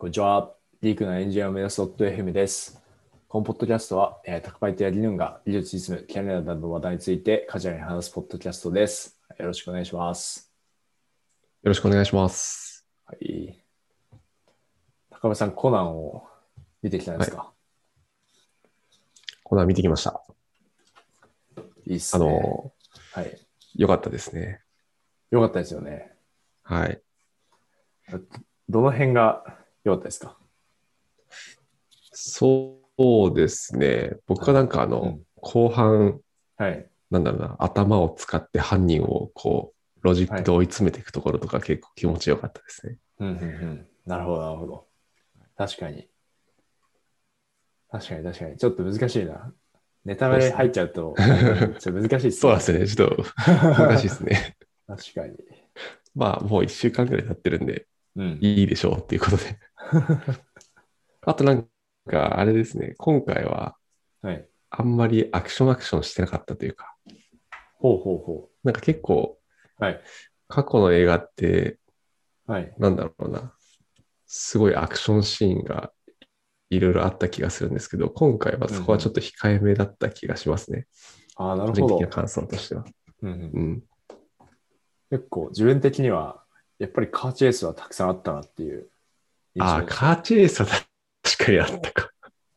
こんにちは。リークなエンジニアを目指す .fm です。このポッドキャストは、タクパイトやリヌンが技術、実務、キャリアなどの話題についてカジュアルに話すポッドキャストです。よろしくお願いします。 よろしくお願いします。 はい。高部さん、コナンを見てきたんではい。 すか？ コナン見てきました。 いいっあすね。 の、 はい。 良かったですね。 よかったですよね。 はい。 どの辺が良かったですか？ そうですね。僕はうん。 後半、 はい。 なんだろうな、頭を使って犯人をロジッはい。 クで追い詰めていくところとか結構気持ちよかったですね。 うん、うん、うん。なるほど、なるほど。確かに。確かに、確かに。ちょっと難しいな。ネタバレ入っそうですね。 ちゃうと、あれなんで、ちょっと難しいですね。 そうなんですね。ちょっと難しいですね。 確かに。 まあ、もう1週間くらい経ってるんで、 うん。 いいでしょうっていうことで。あとあれですね。今回ははい。 あんまりアクションしてなかったというか、 ほうほうほ結構う。はい。 過去の映画って、 はい。 なんだろうな、すごいアクションシーンがいろいろあった気がするんですけど、今回はうんうそこはちょっん。 と控えめだった気がしますね。 ああ、なる個人ほど。 的な感想としては。 うんうん。 うん。 結構自分的には、やっぱりカーチェイスはたくさんあったなっていう印ああ、 象でしたね。 カーチェイスは確かにあったか。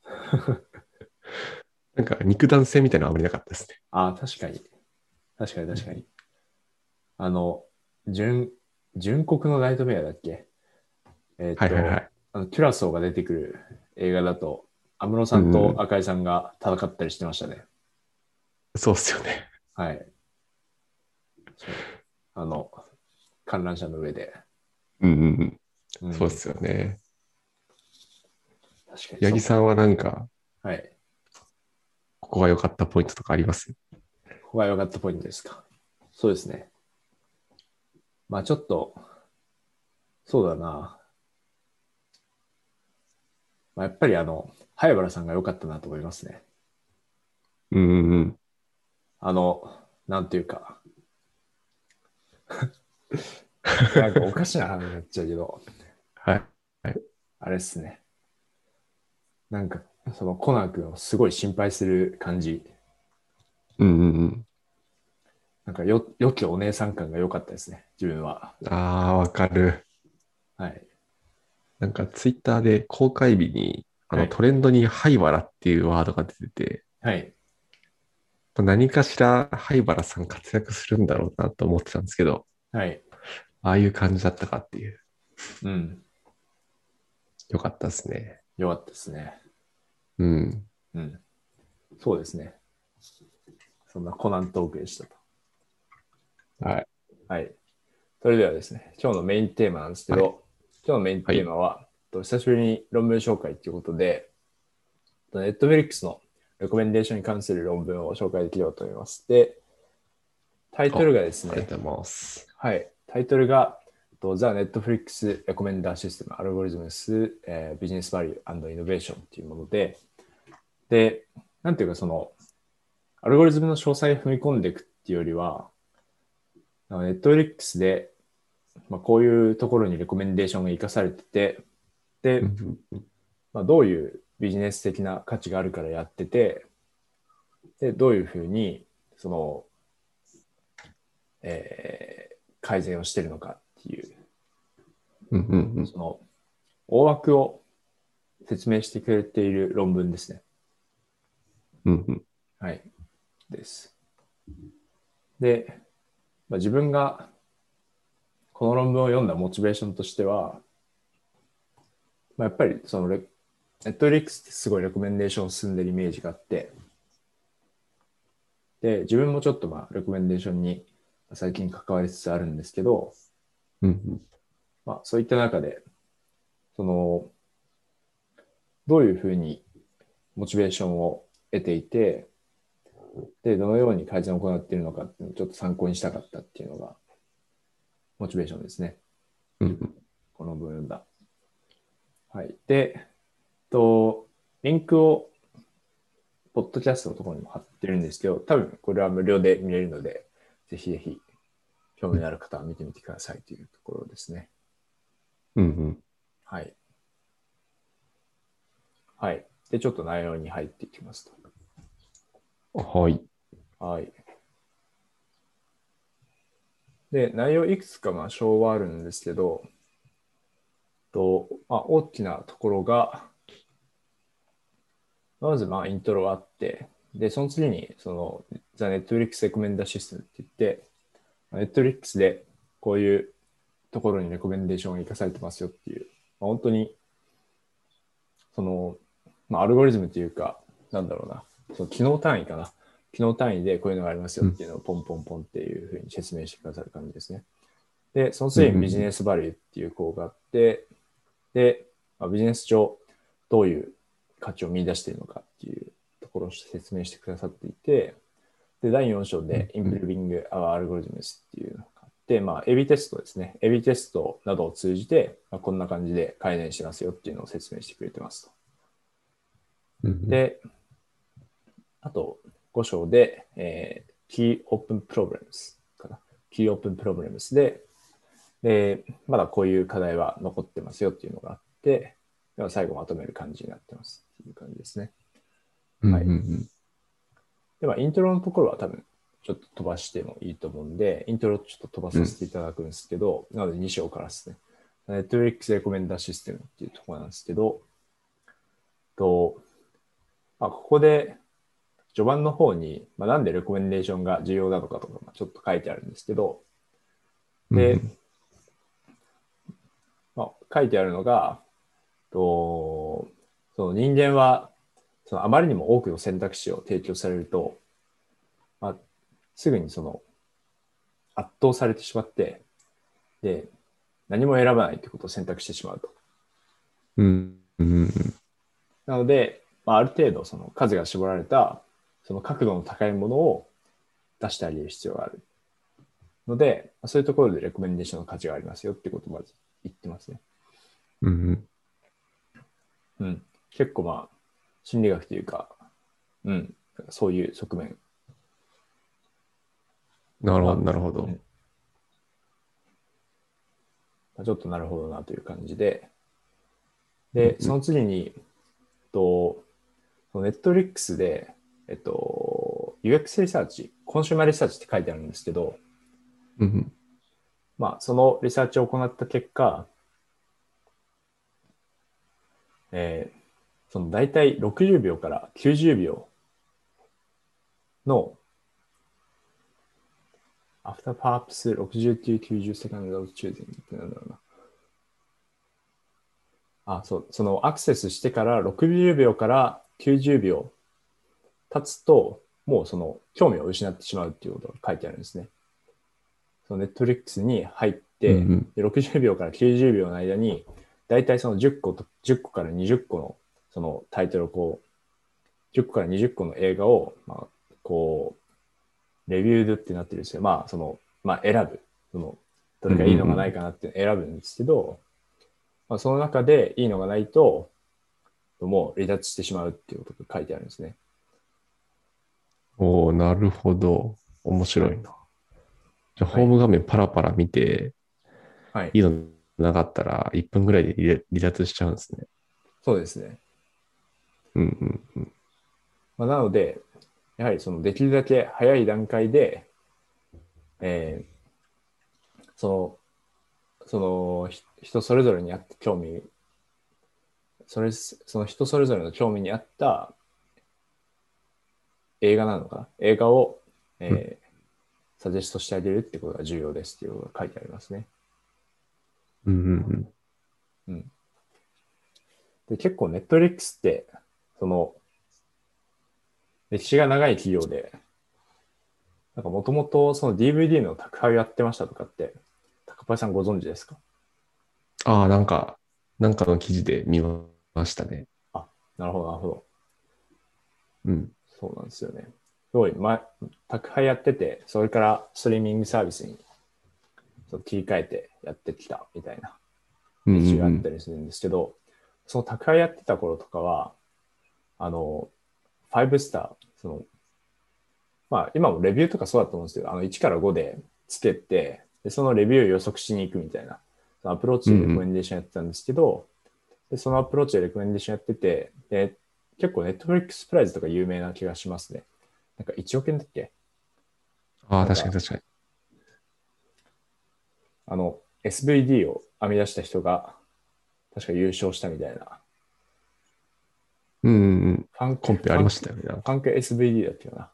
肉弾戦みたいなのはあまりなかったですね。 ああ、確かに。確かにうん。 確かに。あの、純、純国のナイトメアだっけ？えっと、 はいはいはい。 キュラソーが出てくる映画だと、安室さんうんうん。 と赤井さんが戦ったりしてましたね。 そうっすよね。 はい。そう。観覧車の上で。 うんうんうん。 うん。 そうっすよね。 確かに八木さんははい。 ここが良かったポイントとかあります？ ここが良かったポイントですか。そうですね。まあちょっと、そうだな。まあ、やっぱり灰原さんが良かったなと思いますね。 うんうんうん。 なんていうか、これなんかおかしな話になっちゃうけど、 はい。はい。 あれっすね。なんか、そのコナン君をすごい心配する感じ。 うんうんうん。 なんか良きお姉さん感が良かったですね。自分は。 ああ、わかる。 はい。 ツイッターで公開日にはい。 トレンドに灰原っていうワードが出てて、 はい。 何かしら灰原さん活躍するんだろうなと思ってたんですけど、 はい。 ああいう感じだったかっていう。 うん。 よかったですね。 良かったですね。 うん。 うん。そうですね。そんなコナントークでしたと。 はい。 はい。それではですね、今日のメインテーマなんですけはい。 ど、今日のメインはい。 テーマは、久しぶりに論文紹介ということで、ネットフリックスのレコメンデーションに関する論文を紹介できればと思います。で、タイトルがですね、 ありがとうございます。 はい、タイトルが、The Netflix Recommender System Algorithms、Business Value and Innovation というもので、なんていうかアルゴリズムの詳細を踏み込んでいくっていうよりは、ネットフリックスで、こういうところにレコメンデーションが活かされてて、で、 うんうん。 どういうビジネス的な価値があるからやってて、で、どういうふうに、その、改善をしているのかっていう、 うんうんうん。 その、大枠を説明してくれている論文ですね。 うんうん。 はい。です。で、自分がこの論文を読んだモチベーションとしては、やっぱりネットフリックスってすごいレコメンデーション進んでるイメージがあって、で、自分もちょっとレコメンデーションに最近関わりつつあるんですけど、 うんうん。 そういった中で、その、どういうふうにモチベーションを得ていて、で、どのように改善を行っているのかっていうのをちょっと参考にしたかったっていうのが、モチベーションですね。 うんうん。 この文だ。はい。で、リンクを、ポッドキャストのところにも貼ってるんですけど、多分これは無料で見れるので、ぜひぜひ興味のある方は見てみてくださいというところですね。 うんうん。 はい。 はい。で、ちょっと内容に入っていきますはい。 と。はい。で、内容いくつかまあ章はあるんですけど、大きなところが、まずまあイントロがあって、で、その次にその The Netflix Recommender System って言って、Netflix でこういうところにレコメンデーションが生かされてますよっていう、まあ、本当にその、まあ、アルゴリズムというか、なんだろうな、その機能単位かな。機能単位でこういうのがありますようん。 っていうのをポンポンポンっていうふうに説明してくださる感じですね。で、そのうん。 次にビジネスバリューっていう項があって、で、まあ、ビジネス上どういう価値を見出しているのかっていうところを説明してくださっていて、で、第4章でうん。うん。 Improving Our Algorithms っていうのがあって、まあ、エビテストですね。エビテストなどを通じて、まあ、こんな感じで改善してますよっていうのを説明してくれてますと。 うん。 で、あと5章で、Key Open Problems かな。Key Open Problems で、まだこういう課題は残ってますよっていうのがあって、では最後まとめる感じになってますっていう感じですね。 うん。うはい。 ん。 では、イントロのところは多分、ちょっと飛ばしてもいいと思うんで、イントロちょっと飛ばうん。 させていただくんですけど、なので2章からですね。Netflix Recommender System っていうところなんですけど、まあ、ここで序盤の方に、まあ、なんでレコメンデーションが重要なのかとか、ちょっと書いてあるんですけど、で、 うん。 まあ、書いてあるのが、その人間はそのあまりにも多くの選択肢を提供されると、まあ、すぐにその圧倒されてしまって、で、何も選ばないということを選択してしまうと。 うん。うん。 なので、まあ、ある程度その数が絞られたその角度の高いものを出してあげる必要があるので、そういうところでレコメンデーションの価値がありますよってことをまず言ってますね。 うん。 うん。結構まあ、心理学というか、うん、そういう側面なるほど、 が、 なるほど。 うん、ちょっとなるほどなという感じで、で、そうん。 の次に、と、ネットフリックスで、UX リサーチ、コンシューマーリサーチって書いてあるんですけど、 うん。 まあ、そのリサーチを行った結果、その大体60秒から90秒の After Perhaps 60 to 90 seconds of choosing ってなんだろうな。そう、そのアクセスしてから60秒から90秒経つと、もうその興味を失ってしまうっていうことが書いてあるんですね。その Netflix に入って、 うん。 で60秒から90秒の間に、だいたいその10個から20個のそのタイトルをこう、10個から20個の映画を、まあ、こう、レビュードってなってるんですよ。まあ、選ぶ。どうん。 れがいいのがないうん。 かなって選ぶんですけど、まあ、その中でいいのがないと、もう離脱してしまうっていうことが書いてあるんですね。 おー、なるほど。面はい。 白いな。じゃあ、 はい。 ホーム画面パラパラ見て、 はい。 いいのなかったら1分ぐらいで離脱しちゃうんですね。 そうですね。 うん。うん。 まあ、なので、やはりそのできるだけ早い段階で、えーその人それぞれにあった興味、その人それぞれの興味に合った映画なのかな映画を、 うん。 サジェストしてあげるってことが重要ですっていうことが書いてありますね。 うん。うん。 うん。で、結構ネットフリックスって、その、歴史が長い企業で、なんかもともとその DVD の宅配をやってましたとかって、高橋さんご存知ですか？ ああ、なんかの記事で見ましたね。 あ、なるほど、なるほど。 うん。 そうなんですよね。すごい、宅配やってて、それからストリーミングサービスに切り替えてやってきたみたいなうん。 歴史があっうん。 たりするんですけど、その宅配やってた頃とかは、5スター、まあ今もレビューとかそうだと思うんですけど、1から5でつけて、でそのレビューを予測しに行くみたいな、そのアプローチうん。 でレコメうん。 ンデーションやってたんですけど、 で、そのアプローチでレコメンデーションやってて、で、結構ネットフリックスプライズとか有名な気がしますね。なんか1億円だっけ？ ああ、 なんか、 確かに確かに。 SVD を編み出した人が、確か優勝したみたいな。 うんうんうん。 ファンク、 コンペありましたよね、なんか。 ファンク SVD だっけな。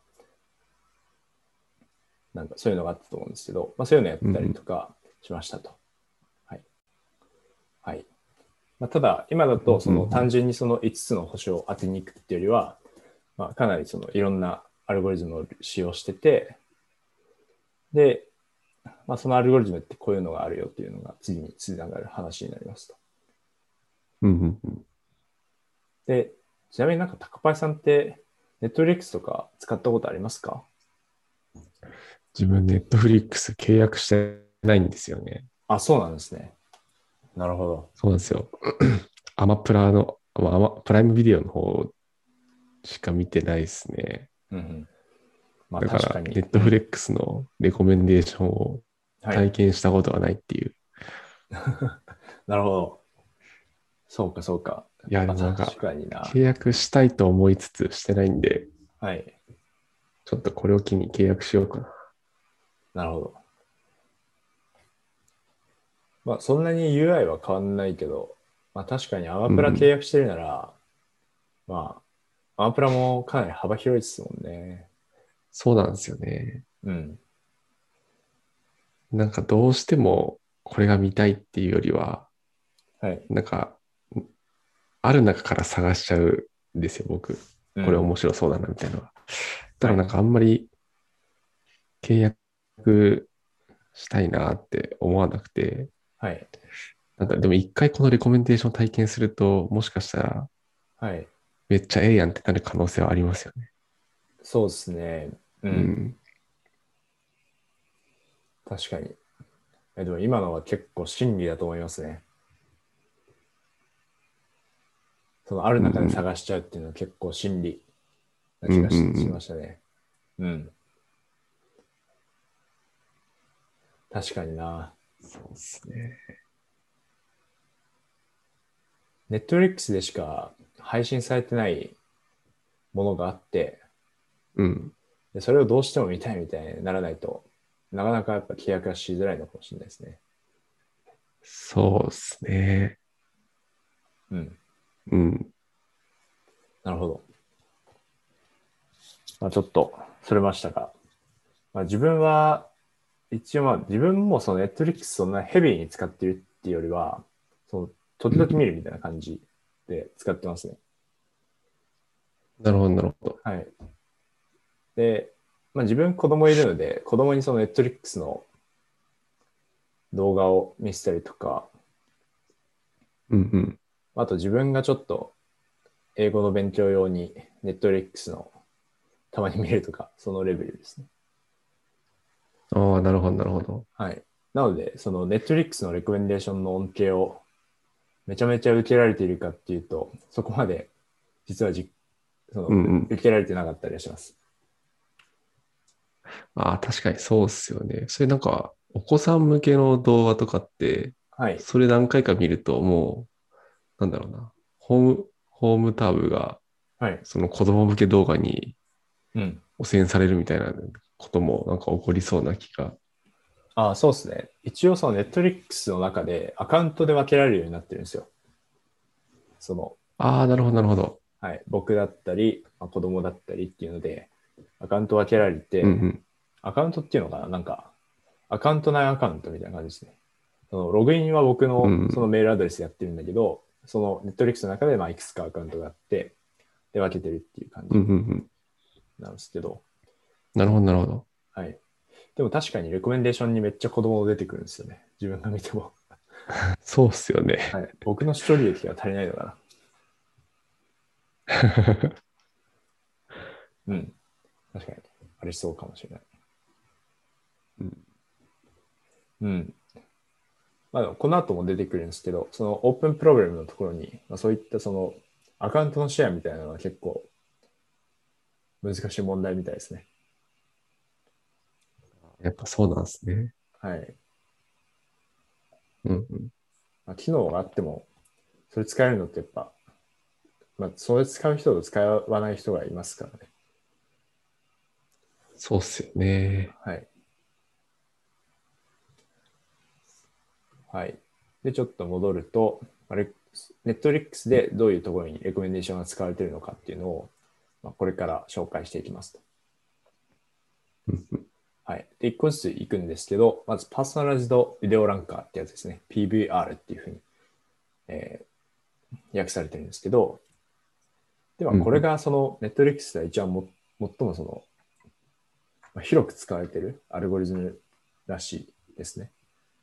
なんかそういうのがあったと思うんですけど、まあそういうのやったりうんうん。 とかしましたと。はい。はい。まあ、ただ、今だと、 うんその単うん純にその5つの星を当てに行くっていうよりは、まあ、かなりそのいろんなアルゴリズムを使用してて、で、まあ、そのアルゴリズムってこういうのがあるよっていうのが次につながる話になりますと。 うんうんうん。 で、ちなみになんか高パイさんってネットフリックスとか使ったことありますか？ 自分、ネットフリックス契約してないんですよね。 あ、そうなんですね。なるほど。 そうなんですよ。アマプラの、プライムビデオの方しか見てないですね。 うんうん。まあだから、 確かに。 ネットうん。 フレックスのレコメンデーションをはい。 体験したことはないっていう。 なるほど。そうか、そうか。 いや、でまあもなんか、 確かにな。 契約したいと思いつつしてないんで、 はい。 ちょっとこれを機に契約しようかな。 なるほど。まあそんなに UI は変わんないけど、まあ確かにアマプラ契うんうん。 約してるなら、まあ、アマプラもかなり幅広いですもんね。 そうなんですよね。 うん。 なんかどうしてもこれが見たいっていうよりは、 はい。 なんか、ある中から探しちゃうんですよ、僕。 うん。 これ面白そうだな、みたいなのは。だかはい。 らなんかあんまり契約したいなって思わなくて、 はい。 なんだ、でも一回このレコメンテーションを体験すると、もしかしたらはい。 めっちゃええやんってなる可能性はありますよね。 そうですね。うん。 うん。 確かに。でも今のは結構真理だと思いますね。そのあるうんうん。 中で探しちゃうっていうのは結構真理なうんうんう気がしまん。 したね。うん。確かにな。 そうですね。 ネットフリックスでしか配信されてないものがあって、 うん。 でそれをどうしても見たいみたいにならないと、なかなかやっぱ契約がしづらいのかもしれないですね。 そうですね。 うん。 うん。 なるほど。まあ、ちょっと、それましたが。まあ、自分は、一応まあ、自分もそのネットフリックスそんなヘビーに使ってるっていうよりは、その、時々見うん。 るみたいな感じで使ってますね。 なるほど、なるほど。 はい。で、まあ、自分子供いるので、子供にそのネットフリックスの動画を見せたりとか、 うんうん。 あと自分がちょっと英語の勉強用にネットフリックスのたまに見るとか、そのレベルですね。 ああ、なるほど、なるほど。 はい。なので、そのネットフリックスのレコメンデーションの恩恵をめちゃめちゃ受けられているかっていうと、そこまで実はそのうんうん。 受けられてなかったりはします。 ああ、確かにそうっすよね。それなんか、お子さん向けの動画とかって、 はい。 それ何回か見るともう、なんだろうな、ホームタブが、 はい。 その子供向け動画にうん。 汚染されるみたいなこともなんか起こりそうな気が。 ああ、そうですね。一応そのネットフリックスの中でアカウントで分けられるようになってるんですよ。その、 ああ、なるほど、なるほど。 はい。僕だったり、まあ、子供だったりっていうので、アカウント分けられて、 うんうん。 アカウントっていうのかななんか、アカウント内アカウントみたいな感じですね。そのログインは僕のそのうんメールアドレスでやってるんだけど、そのネットフリックスの中でまあいくつかアカウントがあって、で分けてるっていう感うん。 じうんうんうん。 なんですけど、 なるほど、なるほど。 はい。でも確かにレコメンデーションにめっちゃ子供出てくるんですよね。自分が見ても。 そうっすよね。 はい。僕の視聴履歴が足りないのかな。うん。確かに。ありそうかもしれない。 うん。 うん。まあ、この後も出てくるんですけど、そのオープンプログラムのところに、まあ、そういったそのアカウントのシェアみたいなのは結構難しい問題みたいですね。 やっぱそうなんですね。 はい。 うんうん。 まあ、機能があっても、 それ使えるのってやっぱ、まあ、それ使う人と使わない人がいますからね。 そうっすよね。 はい。はい。で、ちょっと戻ると、ネットフリックスでどういうところにレコメンデーションが使われているのかっていうのを、まあ、これから紹介していきますと。 うんうんはい。で、一個ずついくんですけど、まずパーソナライズドビデオランカーってやつですね。PVR っていうふうに、訳されてるんですけど、では、これうんうんがそのネットフリックスでは一番最もその、まあ、広く使われているアルゴリズムらしいですね。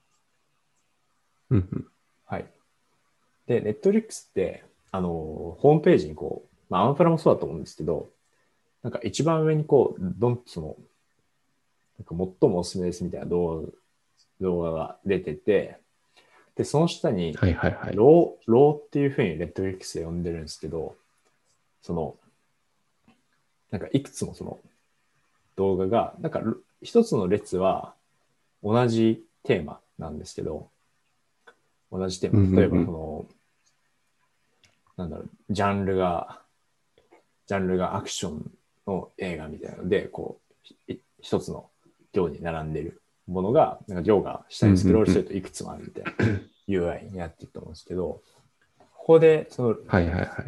うんうんはい。で、ネットフリックスって、ホームページにこう、まあ、アマプラもそうだと思うんですけど、なんか一番上にこう、どんとその、なんか最もおすすめですみたいな動画が出てて、で、その下に、 はいはいはい。 ローっていうふうにネットフリックスで呼んでるんですけど、その、なんかいくつもその動画が、なんか一つの列は同じテーマなんですけど、同じテーマ。 うんうん例えば、そうん。 の、なんだろう、ジャンルがアクションの映画みたいなので、こう、一つの行に並んでるものが、なんか行が下うんにスクロールうんうん。 するといくつもあるみたいな UI になってると思うんですけど、ここで、 はいはいはい。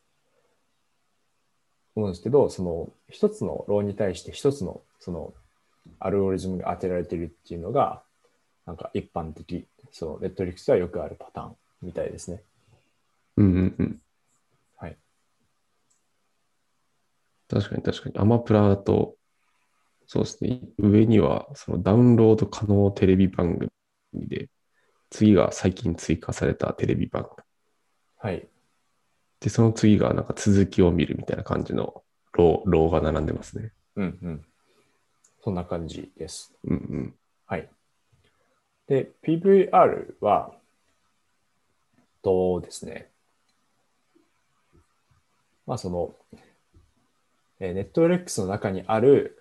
思うんですけど、その一つのローに対して一つのそのアルゴリズムが当てられてるっていうのが、なんか一般的、そのネットリックスではよくあるパターンみたいですね。 うんうんうん。 はい。 確かに確かに。アマプラだと、そうですね。上には、そのダウンロード可能テレビ番組で、次が最近追加されたテレビ番組。 はい。 で、その次がなんか続きを見るみたいな感じのローが並んでますね。 うんうん。そんな感じです。 うんうん。 はい。で、PVR は、ですね、まあその、ネットフリックスの中にある、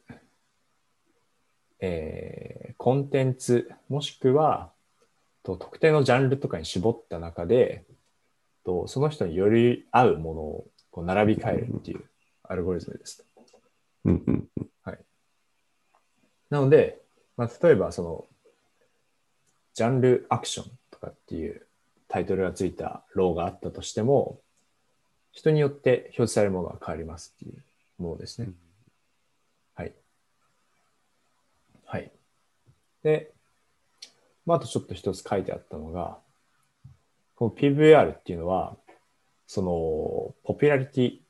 コンテンツ、もしくは、特定のジャンルとかに絞った中で、その人により合うものをこう並び替えるっていうアルゴリズムです。 うんうんうん。 はい。なので、まあ、例えばその、ジャンルアクションとかっていうタイトルがついたローがあったとしても、人によって表示されるものが変わりますっていうものですね。はい。はい。で、まあ、あとちょっと一つ書いてあったのが、この PVR っていうのは、その、ポピュラリティ、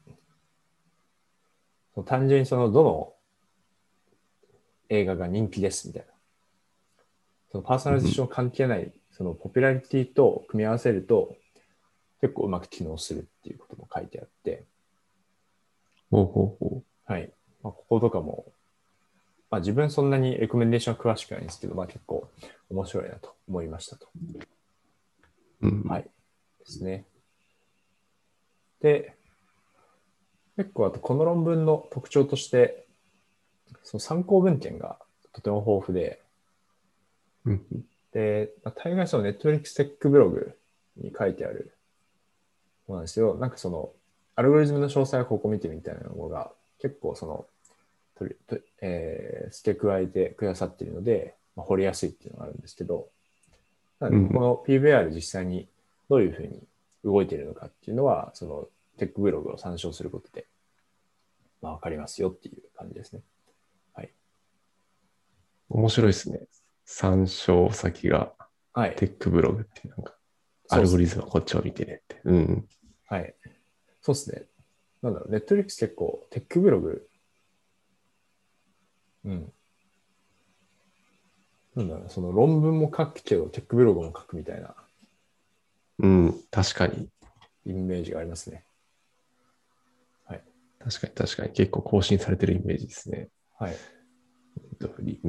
単純にその、どの映画が人気ですみたいな。そのパーソナリゼーション関係ない、そのポピュラリティと組み合わせると、結構うまく機能するっていうことも書いてあって、 ほうほうほはい。まあ、こことかも、まあ自分そんなにレコメンデーション詳しくないんですけど、まあ結構面白いなと思いましたと。 う。うんうん。 はい。ですね。で、結構あとこの論文の特徴として、その参考文献がとても豊富で、 うんうん。 で、大概そのネットフリックステックブログに書いてあるものなんですけど、なんかその、アルゴリズムの詳細はここ見てみたいなのが、結構その、付け加えてくださっているので、まあ、掘りやすいっていうのがあるんですけど、なので、 うんうん。 ここの PVR 実際にどういうふうに動いているのかっていうのは、そのテックブログを参照することで、まあ、わかりますよっていう感じですね。はい。 面白いですね。参照先がはい。 テックブログってなんか、アそうですね。 ルゴリズムはこっちを見てねって。うん。 はい。そうですね。なんだろう、ネットフリックス結構テックブログ、うん。なんだろう、その論文も書くけど、テックブログも書くみたいなうん。確かに。 イメージがありますね。はい。 確かに確かに。結構更新されてるイメージですね。 はい。 うん。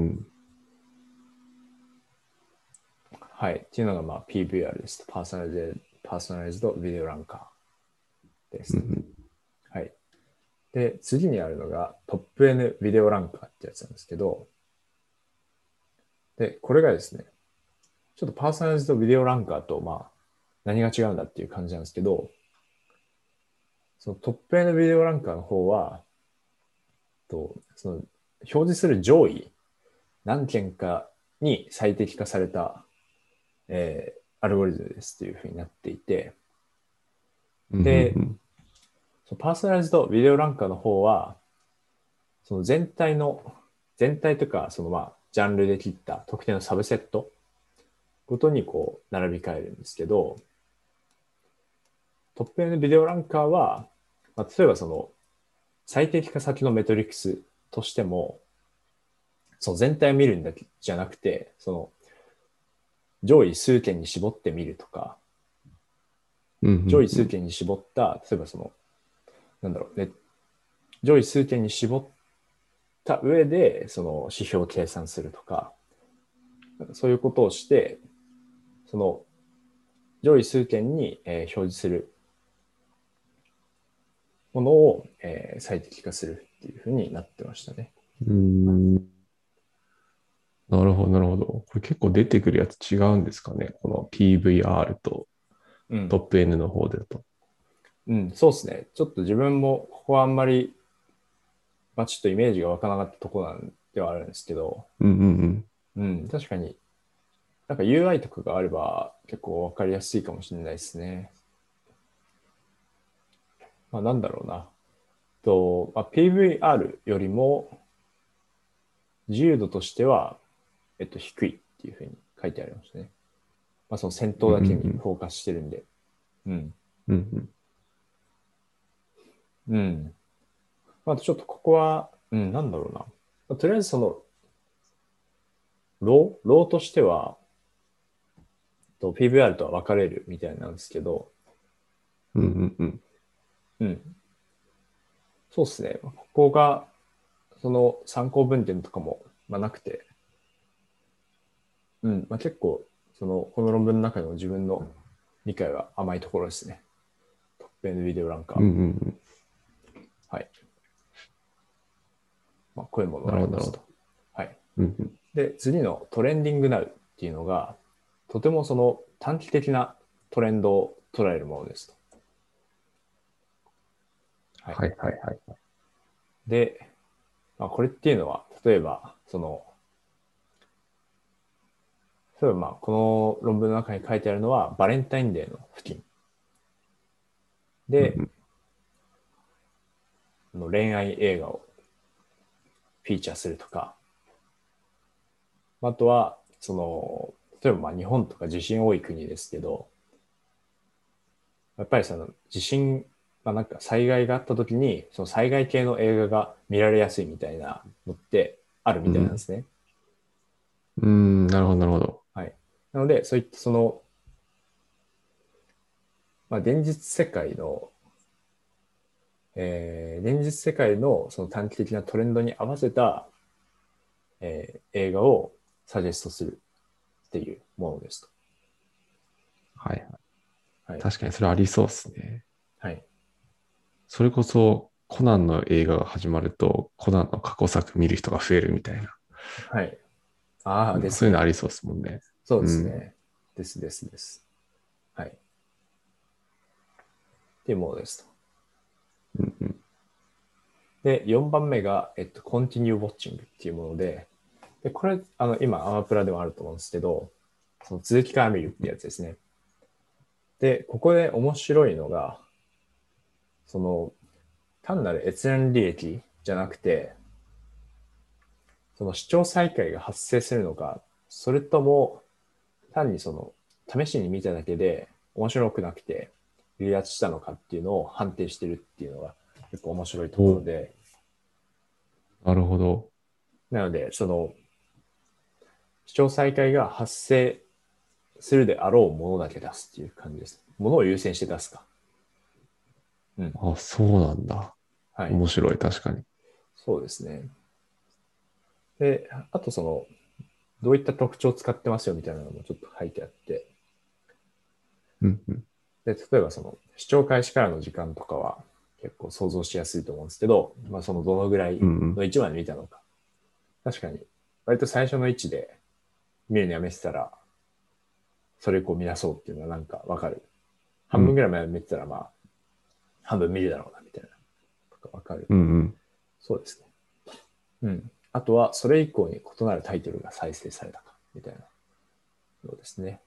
はい。っていうのが、まあ、PVR です。パーソナライズドビデオランカーですと。 うん。 はい。で、次にあるのがトップ N ビデオランカーってやつなんですけど、で、これがですね、ちょっとパーソナライズドビデオランカーと、まあ、 何が違うんだっていう感じなんですけど、そのトップへのビデオランカーの方は、その表示する上位何件かに最適化された、アルゴリズムですというふうになっていて、 うんうんうで、 ん。 そのパーソナライズドビデオランカーの方は、その全体とか、そのジャンルで切った特定のサブセットごとにこう、並び替えるんですけど、トップへのビデオランカーは、例えばその、最適化先のメトリックスとしても、その全体を見るんだけじゃなくて、その上位数件に絞ってみるとか、 うんうんうん。 上位数件に絞った、例えばその、なんだろうね、上位数件に絞った上で、その指標を計算するとか、そういうことをして、その上位数件に、表示するものを、最適化するっていうふうになってましたね。 うーん。なるほど、なるほど。これ結構出てくるやつ違うんですかね。この PVR とうん。 トップ N の方でと。 うん、そうですね。ちょっと自分もここはあんまり、ちょっとイメージがわからなかったところなんではあるんですけど、 うんうんうん。 うん、確かになんか UI とかがあれば結構わかりやすいかもしれないですね。なんだろうな。PVR よりも自由度としては、低いっていうふうに書いてありますね。その戦うんう闘だけにんフォーカスしてるんで。うん。 うん。うんうん。あとちょっとここは、うん、なんだろうな。とりあえずその、ローとしては、PVR とは分かれるみたいなんですけど、 うんうんうん。 うん。そうですね。ここが、その参考文献とかも、なくて、うん。結構、この論文の中でも自分の理解は甘いところですね。トップエンドビデオランカー。 うんうんうん。 はい。こういうものなるほど、なるがありますと。 ほど。 はい。 うんうん。 で、次のトレンディングナウっていうのが、とてもその短期的なトレンドを捉えるものですと。はい。 はいはいはい。 で、これっていうのは、例えば、この論文の中に書いてあるのは、バレンタインデーの付近で、 うんうん。 恋愛映画をフィーチャーするとか、あとは、例えば日本とか地震多い国ですけど、やっぱりその地震、なんか災害があった時に、その災害系の映画が見られやすいみたいなのってあるみたいなんですね。 うん、なるほど、なるほど。 はい。なので、そういった現実世界のその短期的なトレンドに合わせた、映画をサジェストするっていうものですと。 はいはい。 はい。 確かにそれありそうですね。 はい。 それこそ、コナンの映画が始まると、コナンの過去作見る人が増えるみたいな。 はい。ああ、ですね。 そういうのありそうですもんね。 そうでうん。 すね。です。はい。っていうものですと。 うんうん。 で、4番目が、continue watching っていうもので、これ、今、アマプラでもあると思うんですけど、その続きから見るってやつですね。で、ここで面白いのが、その、単なる閲覧履歴じゃなくて、その視聴再開が発生するのか、それとも、単に試しに見ただけで面白くなくて離脱したのかっていうのを判定してるっていうのが結構面白いところお、 で、 なるほど。 なので、視聴再開が発生するであろうものだけ出すっていう感じです。ものを優先して出すか。うん。 あ、そうなんだ。 はい。 面白い、確かに。 そうですね。で、あとどういった特徴を使ってますよみたいなのもちょっと書いてあって、 うんうん。 で、例えば視聴開始からの時間とかは結構想像しやすいと思うんですけど、どのぐらいうんうん。 の位置まで見たのか。確かに、割と最初の位置で見るのやめてたら、それ以降見出そうっていうのはなんかわかる半分ぐらいまで見てたら、まあ、半分見るだろうな、みたいな。とかわかる。 うんうん。 そうですね。うん。あとは、それ以降に異なるタイトルが再生されたか、みたいなのですね。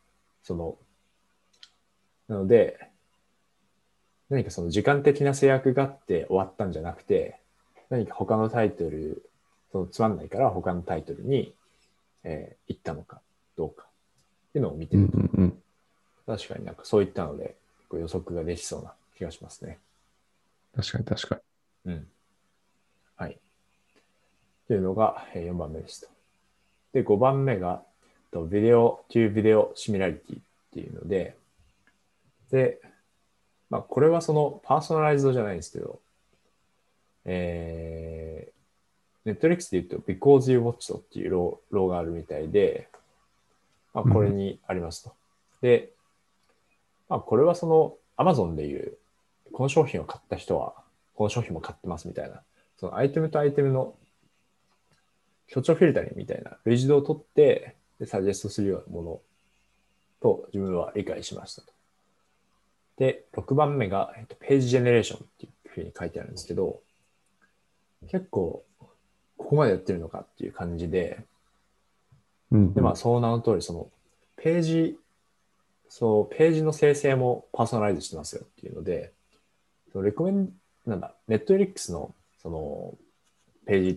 なので、何かその時間的な制約があって終わったんじゃなくて、何か他のタイトル、つまんないから他のタイトルに、行ったのかどうかっていうのを見てうんると。 うん。 確かになんかそういったので、予測ができそうな気がしますね。 確かに確かに。 うん。はい。というのが4番目ですと。で、5番目が、Video to Video Similarity っていうので、で、まあ、これはそのパーソナライズドじゃないんですけど、Netflix で言うと Because You Watched っていうローがあるみたいで、まあ、これうん。 にありますと。で、まあ、これはその Amazon でいう、この商品を買った人は、この商品も買ってますみたいな、そのアイテムとアイテムの協調フィルタリングみたいな類似度を取ってでサジェストするようなものと自分は理解しましたと。で、6番目が、ページジェネレーションっていうふうに書いてあるんですけど、結構、ここまでやってるのかっていう感じで、で、まあ、 うんうん。 その名の通り、ページ、ページの生成もパーソナライズしてますよっていうので、レコメン、なんだ、ネットフリックスの、ページって、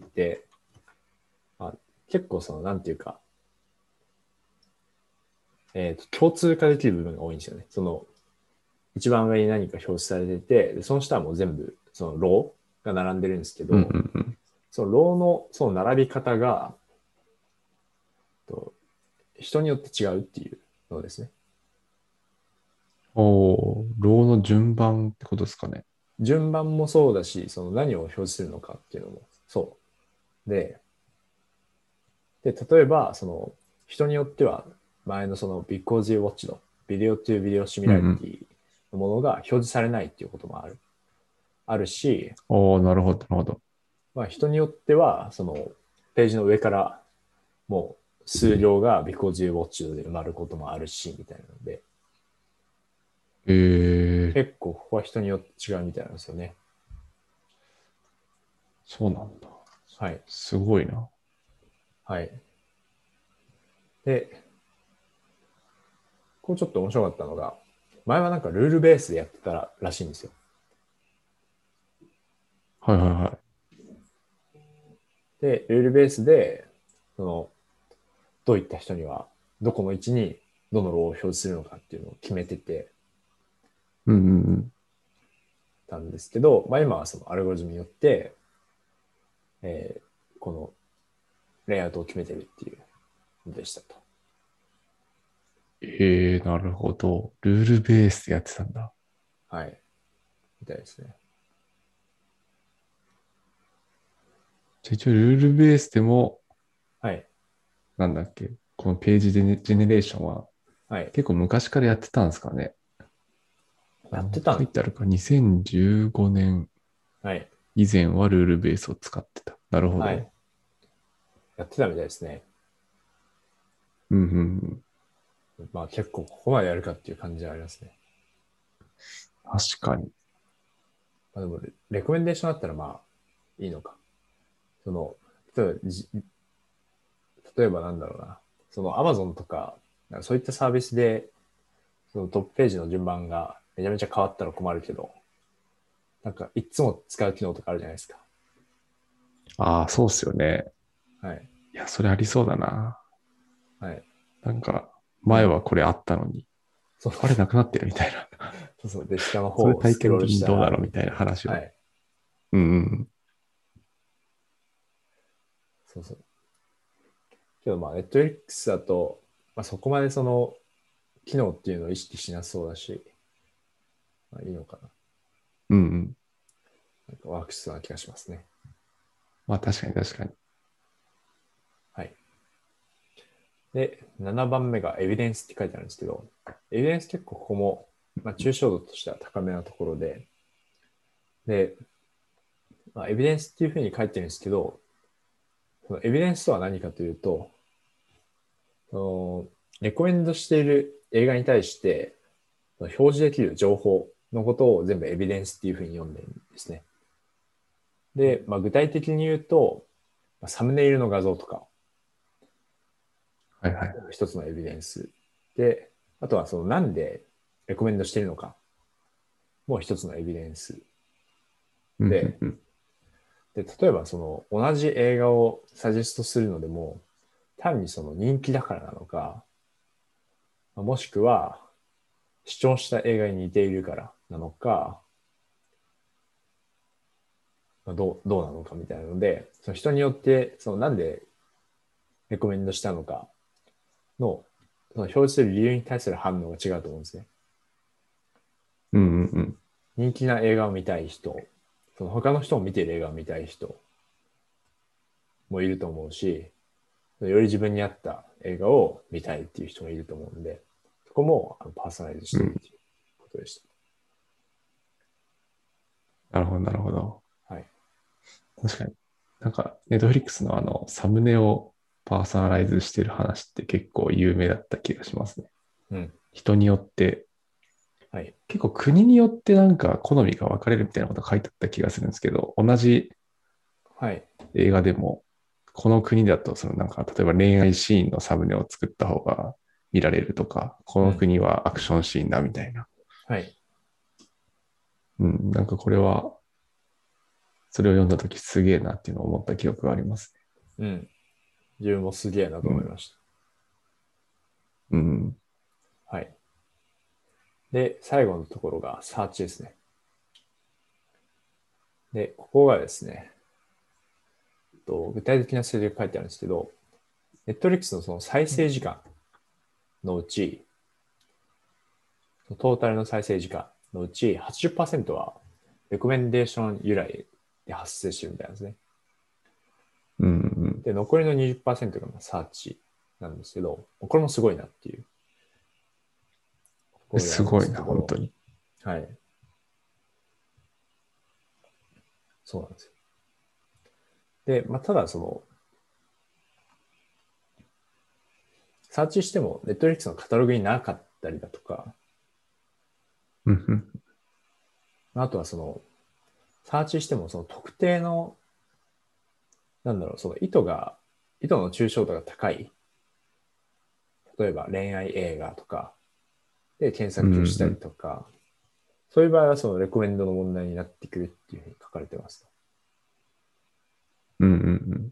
まあ、結構なんていうか、共通化できる部分が多いんですよね。一番上に何か表示されてて、でその下はもう全部、ローが並んでるんですけうんうど、 んうん。 そのローのその並び方が、人によって違うっていうのですね。 おー、ローの順番ってことですかね。 順番もそうだし、何を表示するのかっていうのもそう。で、例えば、人によっては、前のBecause You Watch の Video to Video うんうん。 Similarity のものが表示されないっていうこともあるし、 おー、なるほど、なるほど。 まあ、人によっては、ページの上からもう数行が Because You Watch で埋まることもあるし、みたいなので、 えー、 結構ここは人によって違うみたいなんですよね。 そうなんだ。 はい。 すごいな。 はい。で、こうちょっと面白かったのが、前はなんかルールベースでやってたらしいんですよ。 はいはいはい。 で、ルールベースで、どういった人には、どこの位置にどのローを表示するのかっていうのを決めててうんうんうん。 たんですけど、まあ今はそのアルゴリズムによって、このレイアウトを決めてるっていうのでしたと。 なるほど。ルールベースでやってたんだ。 はい。みたいですね。 じゃあ一応ルールベースでも、 はい。 なんだっけ、このページジェネレーションははい。 結構昔からやってたんですかね。 やってたん書いてあるか、2015年はい。 以前はルールベースを使ってた。なるほはい。 ど。 やってたみたいですね。 うんうんまあ結構ここまでやるかっていう感じはありますね。 うん。確かに。 まあでもレコメンデーションだったらまあいいのか。その、例えば例えばなんだろうな。Amazon とか、なんかそういったサービスで、そのトップページの順番がめちゃめちゃ変わったら困るけど、なんかいつも使う機能とかあるじゃないですか。 ああ、そうっすよね。 はい。 いや、それありそうだな。 はい。 なんか、 うん。 前はこれあったのに、 そう。 あれなくなってるみたいな。 そうそう。で、下のそれ方をスクロール体験的にどうだしたら、 ろうみたいな話は。 はい。 うんうん。 そうそう。けどまあ、Netflix だと、まあそこまで機能っていうのを意識しなそうだし、まあいいのかな。 うんうん。 なんかワークしそうな気がしますね。 まあ確かに確かに。 はい。で、7番目がエビデンスって書いてあるんですけど、エビデンス結構ここも、まあ、抽象度としては高めなところで、まあ、エビデンスっていうふうに書いてるんですけど、そのエビデンスとは何かというと、そのレコメンドしている映画に対して、 表示できる情報のことを全部エビデンスっていうふうに読んでるんですね。で、具体的に言うと、サムネイルの画像とか、 はいはい。 一つのエビデンス。で、あとはそのなんでレコメンドしてるのか、もう一つのエビデンス。 うんで、 うん例えばその同じ映画をサジェストするのでも、単にその人気だからなのか、もしくは視聴した映画に似ているからなのか、どうなのかみたいなので、その人によってそのなんでレコメンドしたのかの、その表示する理由に対する反応が違うと思うんですね。 うんうんうん。 人気な映画を見たい人、その他の人も見ている映画を見たい人もいると思うし、より自分に合った映画を見たいっていう人もいると思うんで、そこもパーソナライズしてるっていうことでしなるほど、なるほど。 た。はい。 確かに。なんか、ネットフリックスのサムネをパーソナライズしてる話って結構有名だった気がしますね。 うん。 人によって、 はい。 結構国によってなんか好みが分かれるみたいなことが書いてあった気がするんですけど、同じはい。 映画でも、この国だと、そのなんか、例えば恋愛シーンのサムネを作った方が見られるとか、このうん。 国はアクションシーンだみたいな。 はい。 うん、なんかこれは、それを読んだときすげえなっていうのを思った記憶がありますうん。自分もすげえなとね。うん。 思いましうん。 た。はい。で、最後のところがサーチですね。で、ここがですね、具体的な数字が書いてあるんですけど、Netflix のその再生時間のうち、トータルの再生時間のうち80%はレコメンデーション由来で発生してるみたいなんですね。 うん。 で、残りの20%がサーチなんですけど、これもすごいなっていうとこうん。 ろであるんですごいな、 すけど、 本当に。 はい。そうなんですよ。で、ただその、サーチしても Netflix のカタログになかったりだとか、 うん。 あとはその、サーチしてもその特定の、その意図の抽象度が高い、例えば恋愛映画とかで検うん。 索したりうん。 とか、そういう場合はそのレコメンドの問題になってくるっていうふうに書かれてます。 うん。うん。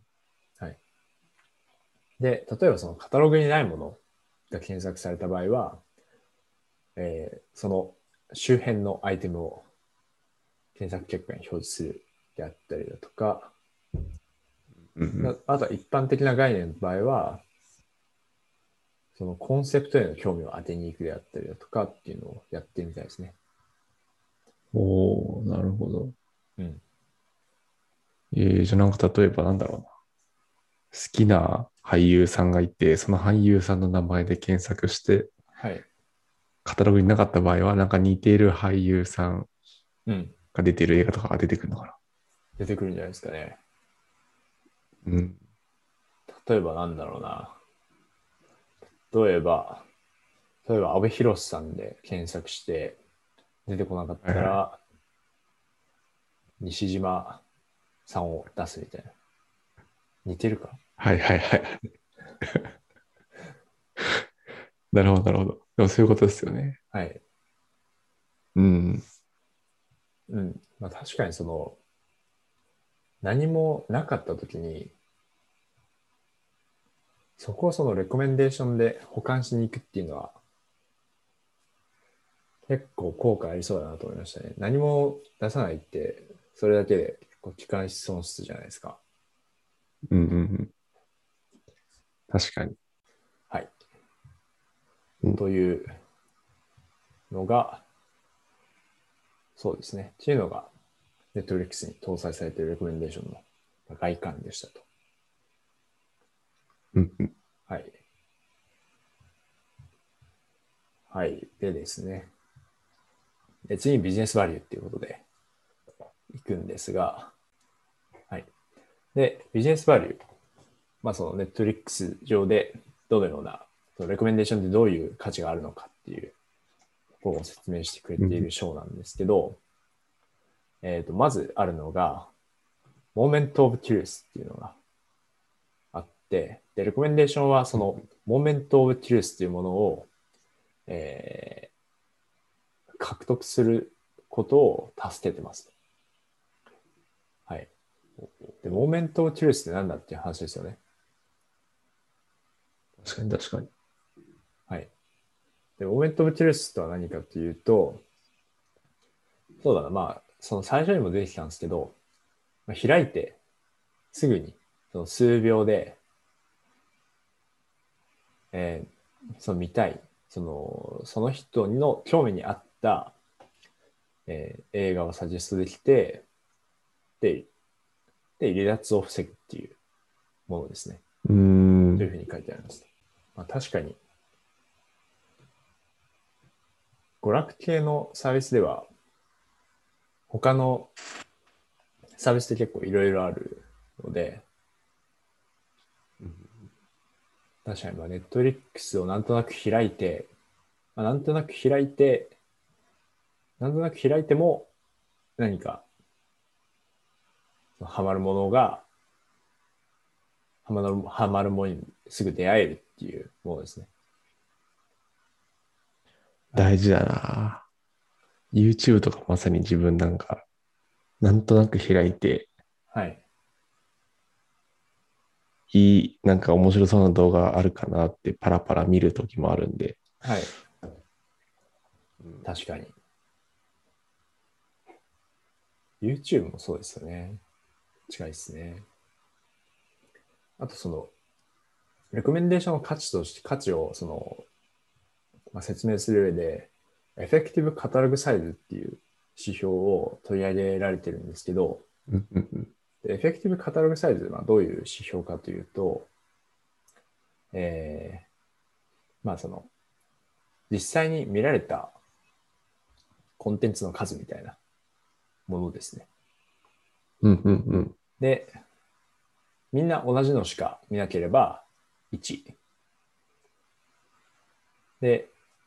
はい。で、例えばそのカタログにないものが検索された場合は、その周辺のアイテムを検索結果に表示するであったりだとか、 うん。 あとは一般的な概念の場合は、そのコンセプトへの興味を当てに行くであったりだとかっていうのをやってみたいですね。 おー、なるほど。 うん。 じゃあなんか例えばなんだろうな。好きな俳優さんがいて、その俳優さんの名前で検索して、 はい。 カタログになかった場合は、なんか似ている俳優さんうん。 が出てる映画とかが出てくるのかな。 出てくるんじゃないですかね。 うん。 例えば例えば、阿部寛さんで検索して出てこなかっはいはい。 たら、西島さんを出すみたいな。似てるか？ はいはいはい。なるほど、なるほど。でもそういうことですよね。 はい。 うん。 うん。確かにその、何もなかった時に、そこをそのレコメンデーションで保管しに行くっていうのは、結構効果ありそうだなと思いましたね。何も出さないって、それだけで結構機関損失じゃないですか。 うんうんうん。確かに。 はい。 うん。 というのが、そうですね。っていうのが、Netflix に搭載されているレコメンデーションの外観でしたと。 うんうん。 はい。はい。でですね。次にビジネスバリューっていうことでいくんですが、はい。で、ビジネスバリュー。その Netflix 上でどのような、そのレコメンデーションでどういう価値があるのかっていうこを説明してくれている章なんですけど、まずあるのが、Moment of Truth っていうのがあって、で、レコメンデーションはその Moment of Truth っていうものを、獲得することを助けてます。はい。で、Moment of Truth って何だっていう話ですよね。 確かに確かに。 はい。で、Moment of Truth とは何かというと、そうだな、まあ、その最初にも出てきたんですけど、開いてすぐにその数秒で、その見たい、その人の興味に合った、映画をサジェストできて、で、離脱を防ぐっていうものですね。というふうに書いてあります。まあ、確かに、娯楽系のサービスでは、他のサービスって結構いろいろあるので、確かに、ネットフリックスをなんとなく開いて、なんとなく開いて、なんとなく開いても何かハマるものが、ハマるものにすぐ出会えるっていうものですね。 大事だな。YouTube とかまさに自分なんか、なんとなく開いて、 はい。 なんか面白そうな動画あるかなってパラパラ見るときもあるんで。 はい。確かに。YouTube もそうですよね。近いですね。あとレコメンデーションの価値として、価値を説明する上で、エフェクティブカタログサイズっていう指標を取り上げられてるんですけど、エフェクティブカタログサイズはどういう指標かというと、実際に見られたコンテンツの数みたいなものですね。で、みんな同じのしか見なければ1。で、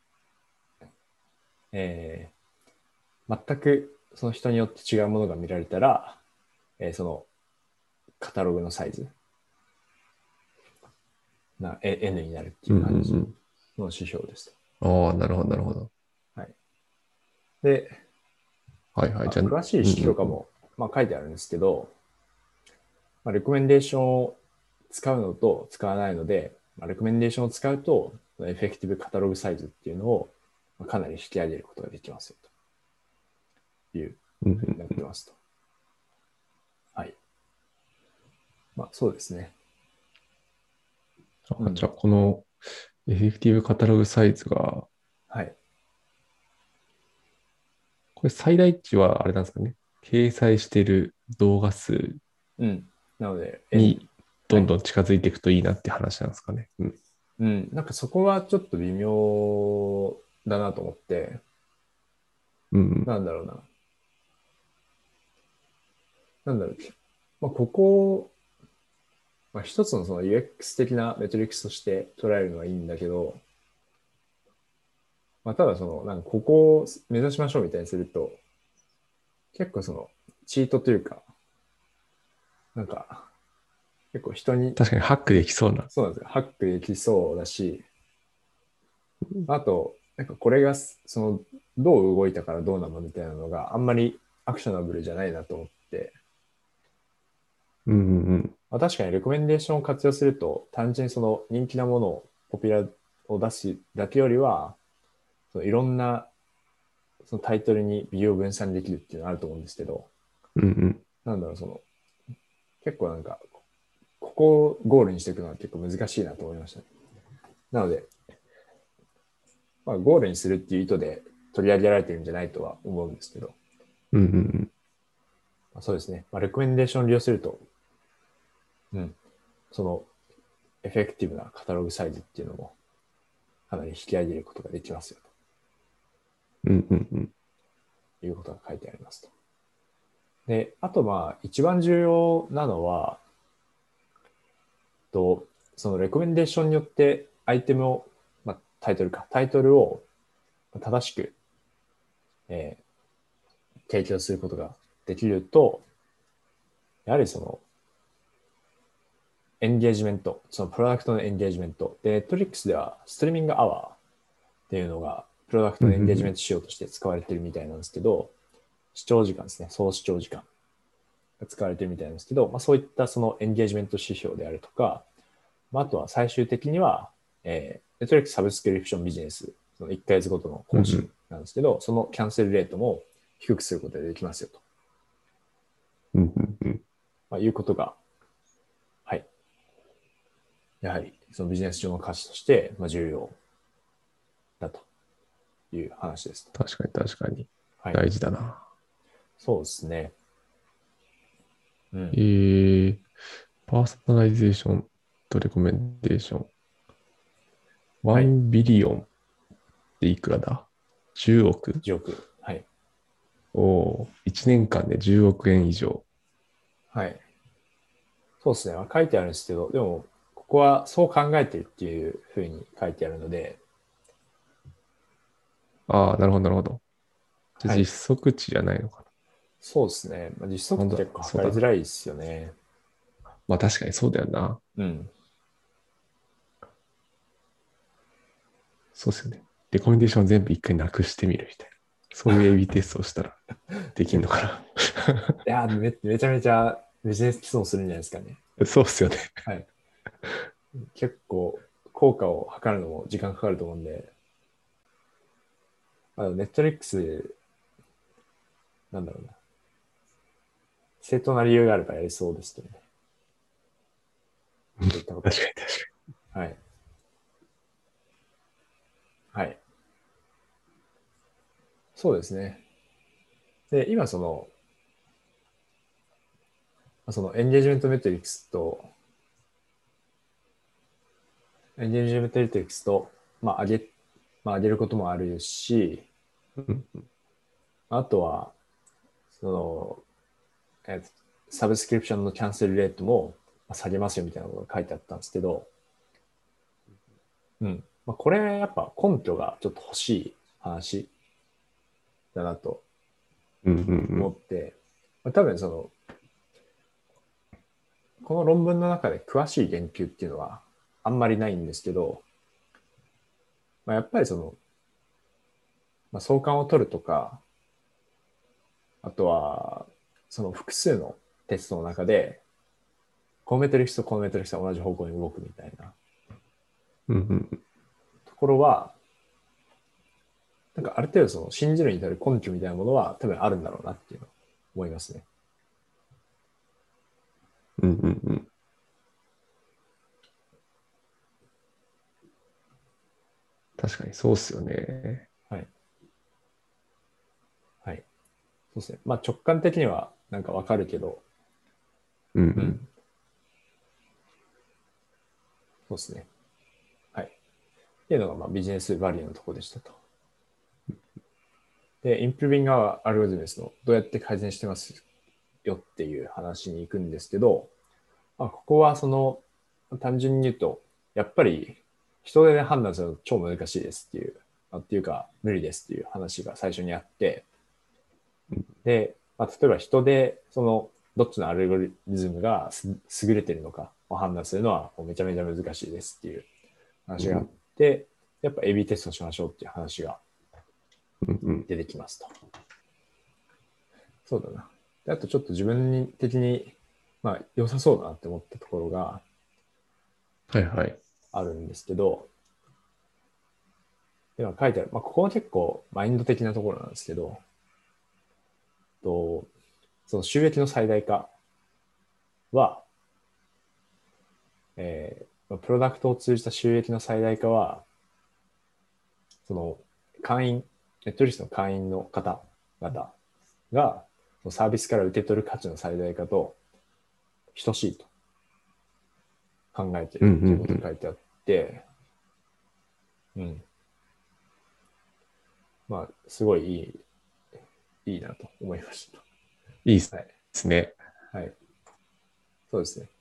全くその人によって違うものが見られたら、そのカタログのサイズN になるっていう感じの指標です。 ああ、なるほど、なるほど。 はい。で、 はいはい。じゃあ、 詳しい式とかも、書いてあるんですけど、レコメンデーションを使うのと使わないので、レコメンデーションを使うと、エフェクティブカタログサイズっていうのをかなり引き上げることができますよというふうになってますと。はい。そうですね。 じゃあ、このエフェクティブカタログサイズが、 はい。 これ最大値はあれなんですかね。掲載している動画数うん。なので、 にどんはい。 どん近づいていくといいなって話なんですかね。 うん。なんかそこはちょっと微妙だなと思って、なんだろうな。なんだろう。ここ一つのその UX 的なメトリックスとして捉えるのはいいんだけど、ただなんかここを目指しましょうみたいにすると、結構チートというか、なんか、結構人に、 確かにハックできそうな。 そうなんですよ。ハックできそうだし、あと、なんかこれが、どう動いたからどうなのみたいなのがあんまりアクショナブルじゃないなと思って、確かにレコメンデーションを活用すると、単純に人気なものを、ポピュラーを出すだけよりは、いろんなそのタイトルに美を分散できるっていうのがあると思うんですけど、なんだろう、結構なんか、ここをゴールにしていくのは結構難しいなと思いましたね。なので、ゴールにするっていう意図で取り上げられてるんじゃないとは思うんですけど、そうですね。レコメンデーションを利用すると、そのエフェクティブなカタログサイズっていうのもかなり引き上げることができますよということが書いてありますと。で、あと一番重要なのは、そのレコメンデーションによってアイテムを、タイトルを正しく提供することができると、やはりその、エンゲージメント、そのプロダクトのエンゲージメント。で、Netflix ではストリーミングアワーっていうのが、プロダクトのエンゲージメント仕様として使われてるみたいなんですけど、視聴時間ですね、総視聴時間が使われてるみたいなんですけど、そういったそのエンゲージメント指標であるとか、あとは最終的には、Netflix サブスクリプションビジネス、その1ヶ月ごとの更新なんですけど、そのキャンセルレートも低くすることができますよと、いうことが、はい。やはりそのビジネス上の価値として重要だという話です。 確かに確かに。 はい。 大事だな。 そうですね。うん。 パーソナライゼーションとレコメンデーション。 はい。 1ビリオンっていくらだ？ 10 億？ 1億。はい。 おお、1年間で10億円以上。 はい。そうですね。書いてあるんですけど、でも、ここはそう考えてるっていうふうに書いてあるので、 ああ、なるほど、なるほど。じゃあ実はい。 測値じゃないのかそうですね。実測ってな。 結構そうだ。 測りづらいですよね。 まあ確かにそうだよな。 うん。 そうですよね。レコメンデーションを全部一回なくしてみるみたいな。そういう AB テストをしたらできるのかいやめちゃめちゃビジネス基礎をするんじゃないですかね。 な。そうっすよね。 はい。結構、効果を測るのも時間かかると思うんで、ネットリックス、なんだろうな。正当な理由があればやりそうですけどね。そういったことは。 確かに確かはい。はい。そうですね。で、今そのエンゲージメントメトリックスと、エンゲージメントメトリックスと、上げることもあるし、 に。うん。 あとは、その、えーサブスクリプションのキャンセルレートも下げますよみたいなことが書いてあったんですけど、うん。これやっぱ根拠がちょっと欲しい話だなとうんうん思って、多分この論文の中で詳しい言及っていうのはあんまりないんですけど、やっぱり相関を取るとか、あとは、その複数のテストの中で、コノメトリクスとコノメトリクスが同じ方向に動くみたいなうん。うんうんうん。 ところは、なんかある程度信じるに至る根拠みたいなものは多分あるんだろうなっていうのを思いますね。 うんうんうん。確かにそうっすよね。 はい。はい。そうですね。直感的にはなんかわかるけど、 うんううん。 ん。 そうですね。はい。っていうのがビジネスバリューのところでしたと。で、インプルビングアルゴリズムですのどうやって改善してますよっていう話に行くんですけど、ここは単純に言うと、やっぱり人手で判断するの超難しいですっていう、っていうか無理ですっていう話が最初にあって、で、例えば人でどっちのアルゴリズムが優れてるのかを判断するのはめちゃめちゃ難しいですっていう話があっうんて、やっぱ AB テストしましょうっていう話がうんうん。 出てきますと。そうだな。であとちょっと自分的に、良さそうだなって思ったところがはいはい。 あるんですけど、では書いてある。ここは結構マインド的なところなんですけど、とその収益の最大化は、プロダクトを通じた収益の最大化は、その会員、ネットリストの会員の方々が、サービスから受け取る価値の最大化と等しいと考えていうんるうんうん。 ということが書いてあって、うん。すごいいいなと思いましいいった。はい。 すね。 はい。そうですね。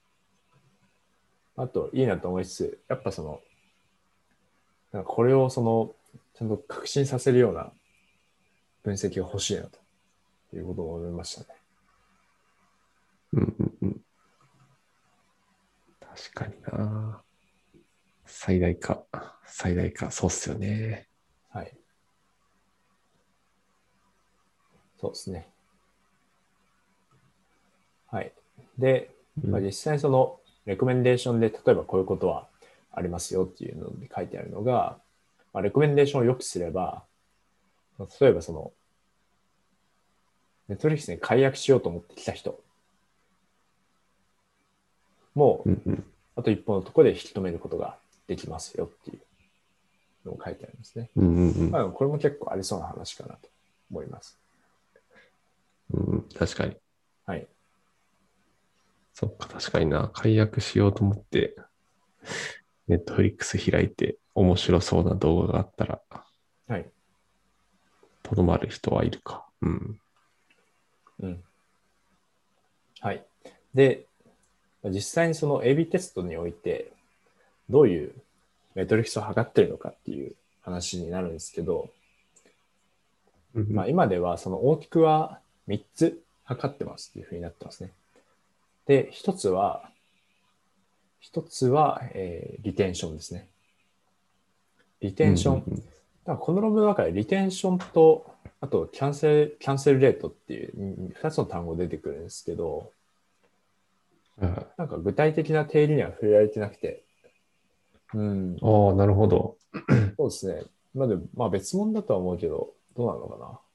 あと、いいなと思いつつ、やっぱなんかこれをちゃんと確信させるような分析が欲しいなということを思いましたね。 うんうんうん。確かにな。最大化。最大化。そうっすよね。 はい。そうですね。はい。で、実際そのレコメンデーションで、例えばこういうことはありますよっていうので書いてあるのが、レコメンデーションを良くすれば、例えばその、ネットフリックスに解約しようと思ってきた人も、 うんうん。 あと一歩のところで引き止めることができますよっていうのを書いてありますね。 うんうんうん。 これも結構ありそうな話かなと思います。 うん、確かに。 はい。 そっか、確かにな。解約しようと思って、ネットフリックス開いて面白そうな動画があったら、 はい。 とどまる人はいるか。うん。 うん。はい。で、実際にその AB テストにおいて、どういうメトリックスを測ってるのかっていう話になるんですけど、 うん今ではその大きくは3つ測ってますっていうふうになってますね。で、一つは、リテンションですね。リテうんうンション。 んうん。 だからこの論文の中でリテンションと、あとキャンセルレートっていう2つの単語出てくるんですけど、 あなんか具体的な定理には触れられてなくて、うん、 あ、なるほど。 そうですね。別物だとは思うけど、どうなのかな。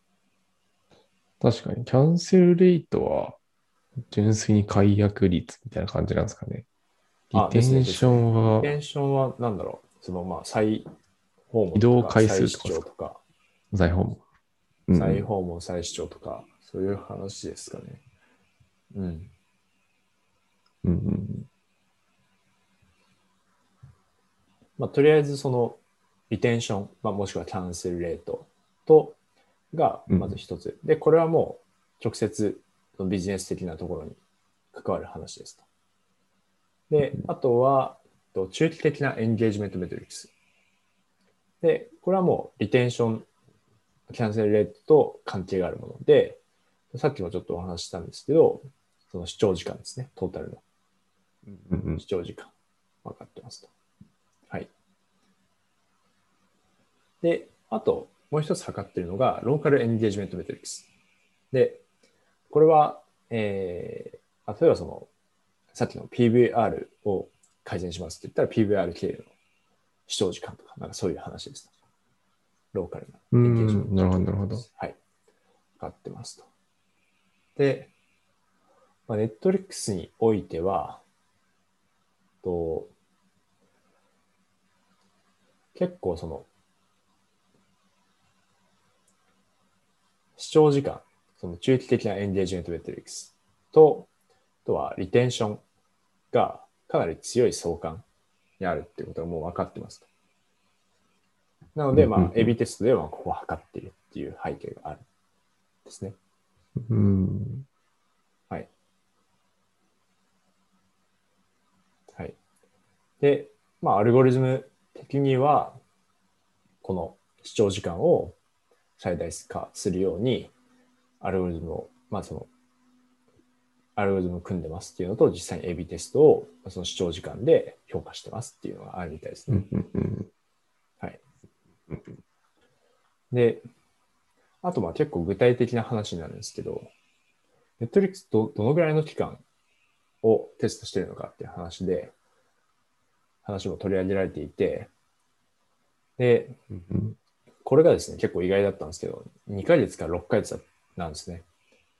確かに、キャンセルレートは純粋に解約率みたいな感じなんですかね。リテですね、 ンショですね。リテンはンションは何だろう。再訪移問とか、 動回再視数とかですか？ 聴とか、 在訪も。うんうん。 再訪問、再視聴とか、そういう話ですかね。うん。 うんうんとりあえずその、リテンション、もしくはキャンセルレートが、 うん。うんまず一つ。で、これはもう、直接、ビジネス的なところに関わる話ですと。で、あとは、中期的なエンゲージメントメトリックス。で、これはもう、リテンション、キャンセルレートと関係があるもので、さっきもちょっとお話ししたんですけど、その視聴時間ですね。トータルのうんうん。 視聴時間。分かってますと。はい。で、あと、もう一つ測っているのが、ローカルエンゲージメントメトリックス。で、これは、例えばその、さっきの PVR を改善しますって言ったら PVR 経由の視聴時間とか、なんかそういう話です。ローカルなうエンゲージメンん、なるほど、 トメトなるほど。 リックス。はい。分かってますと。で、Netflix においては、と結構その視聴時間、その中期的なエンゲージメントメトリックスと、あとはリテンションがかなり強い相関にあるっていうことがもう分かってますと。なので、 うんうんう AB ん。 テストではここを測っているっていう背景があるんですね。 うん。 はい。はい。で、アルゴリズム的には、この視聴時間を最大化するように、アルゴリズムを、アルゴリズムを組んでますっていうのと、実際に AB テストをその視聴時間で評価してますっていうのがあるみたいですね。 うんうんうんはい。 うん。 で、あと結構具体的な話になるんですけど、Netflix どのぐらいの期間をテストしているのかっていう話も取り上げられていて、で、 うんうん。 これがですね、結構意外だったんですけど、2ヶ月から6ヶ月なんですね。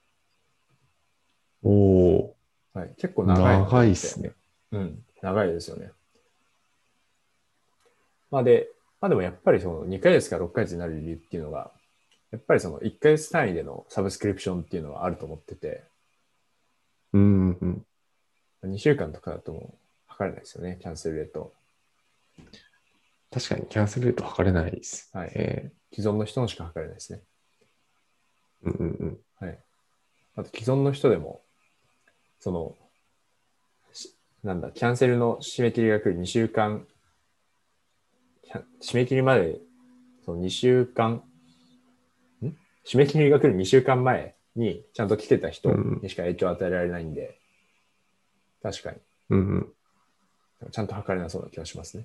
おお、 はい。結構長いなと長思って。 いっすね。 うん。長いですよね。まあで、でもやっぱりその2ヶ月から6ヶ月になる理由っていうのが、やっぱりその1ヶ月単位でのサブスクリプションっていうのはあると思ってて、 うんうん。 2週間とかだともう測れないですよね、キャンセルレート。 確かにキャンセルレート測れないですはい。 ね。 既存の人のしか測れないですね。 うんうんうん。 はい。あと既存の人でも、その、キャンセルの締め切りが来る2週間、締め切りまで、その2週間、 締め切りが来る2週間前にちゃんと来てた人うんにしか影響を与えられないんで、確かに、 うんうん。 ちゃんと測れなそうな気がしますね。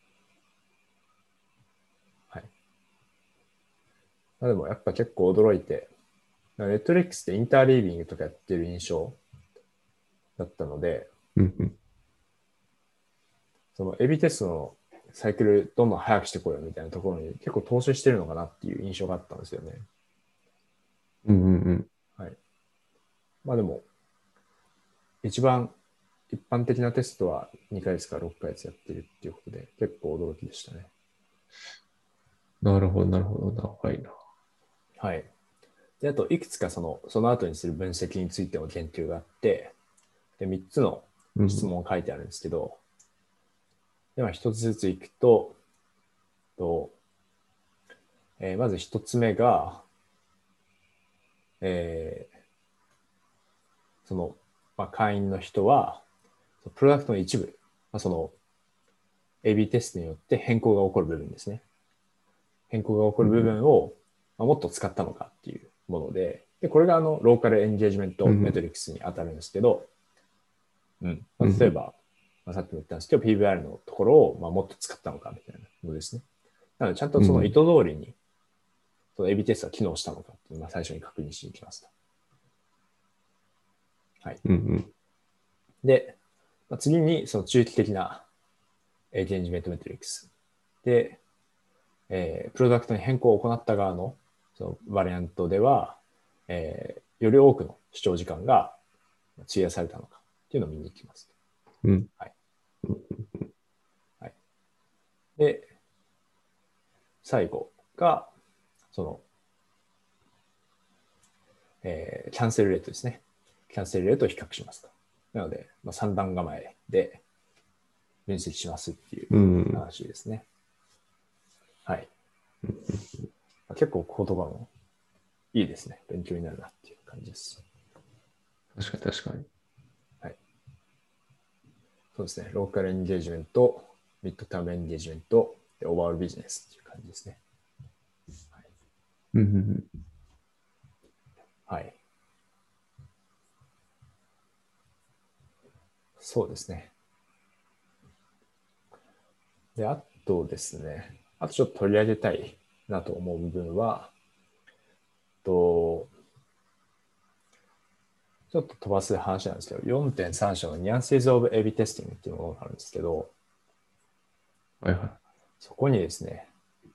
はい。まあ、でもやっぱ結構驚いて、ネットフリックスってインターリービングとかやってる印象だったので、 うんうん。 そのエビテストのサイクルどんどん早くしてこいよみたいなところに結構投資してるのかなっていう印象があったんですよね。 うんうんうん。 はい。まあでも、一番一般的なテストは2ヶ月から6ヶ月やってるっていうことで、結構驚きでしたね。 なるほど、なるほど。長いな。 はい。で、あと、いくつかその後にする分析についても研究があって、で、3つの質うん。 問が書いてあるんですけど、では1つずついくと、まず1つ目が、えその、まあ、会員の人は、プロダクトの一部、まあ、その AB テストによって変更が起こる部分ですね。変更が起こる部うん分を、まあ、もっと使ったのかっていうもので、で、これがローカルエンゲージメントメトうん。 リックスに当たるんですけど、まあ、 うんうん。 例えば、まあ、さっきも言ったんですけど、PVR のところを、まあ、もっと使ったのかみたいなものですね。なので、ちゃんとその意図通りに、その AB テストが機能したのかっていうのを、まあ、最初に確認しに行きますと。はい。 うんうん。 で、まあ、次にその中期的なエンゲージメントメトリックス。で、プロダクトに変更を行った側のそのバリアントでは、より多くの視聴時間が費やされたのかっていうのを見に行きます。 うん。 はい。はい。で、最後が、その、キャンセルレートですね。キャンセルレートを比較しますと。なので、まあ、3段構えで分析しますっていううん。 話ですね。はい。結構言葉もいいですね。勉強になるなっていう感じです。 確かに確かに。 はい。そうですね。ローカルエンゲージメント、ミッドタームエンゲージメント、でオーバーオールビジネスっていう感じですね。はい。 うんうんはい、そうですね。で、あとですね、あとちょっと取り上げたいなと思う部分は、とちょっと飛ばす話なんですけど、4.3 章のニュアン s ズ・オブ・エビテスティングっていうものがあるんですけど、 はいはそこにですね、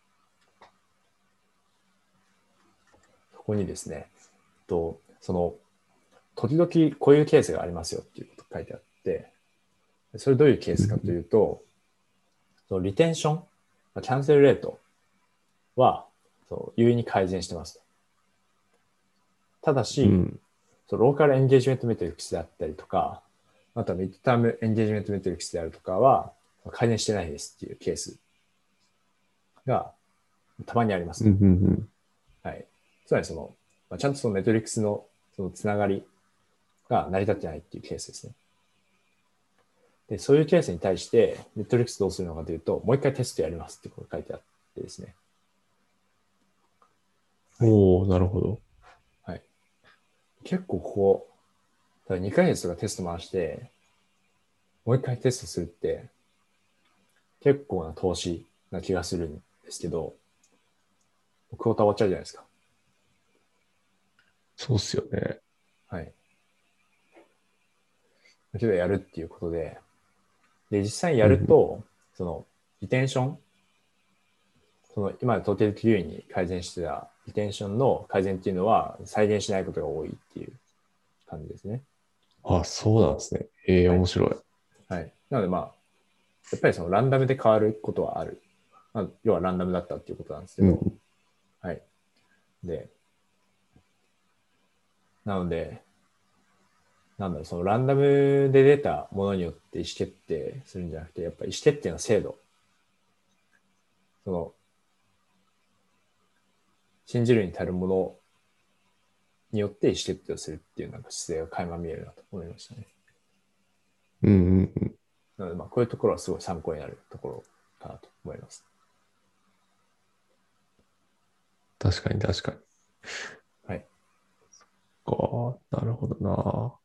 そこにですね、その、時々こういうケースがありますよっていうことが書いてあって、それどういうケーい。うスかとんいうと、そのリテンション、キャンセルレートは優位に改善してますと。ただし、 うん。 ローカルエンゲージメントメトリックスであったりとか、あとはミッドタームエンゲージメントメトリックスであるとかは改善してないですっていうケースがたまにありますと。 うんうんはい。つまりちゃんとそのメトリックスのそのつながりが成り立ってないっていうケースですね。で、そういうケースに対して、メトリックスどうするのかというと、もう一回テストやりますってことが書いてあってですね。はい。 おお、なるほど。 はい。結構ここ、ただ2ヶ月とかテスト回して、もう一回テストするって、結構な投資な気がするんですけど、クォーター終わっちゃうじゃないですか。 そうっすよね。 はい。だけどやるっていうことで、で、実際にやうんうん。 ると、リテンション、今までトータルキューに改善してたリテンションの改善っていうのは再現しないことが多いっていう感じですね。 あ、そうなんですね。ええ、 はい。 面白い。 はい。なのでやっぱりランダムで変わることはある。要はランダムだったっていうことなんですけど、 うん。 はい。で、なので、ランダムで出たものによって意思決定するんじゃなくて、やっぱり意思決定の精度、その、信じるに足るものによって意思決定をするっていうなんか姿勢が垣間見えるなと思いましたね。 うんうんうん。 なので、こういうところはすごい参考になるところかなと思います。 確かに確かに。 はい。 なるほどな。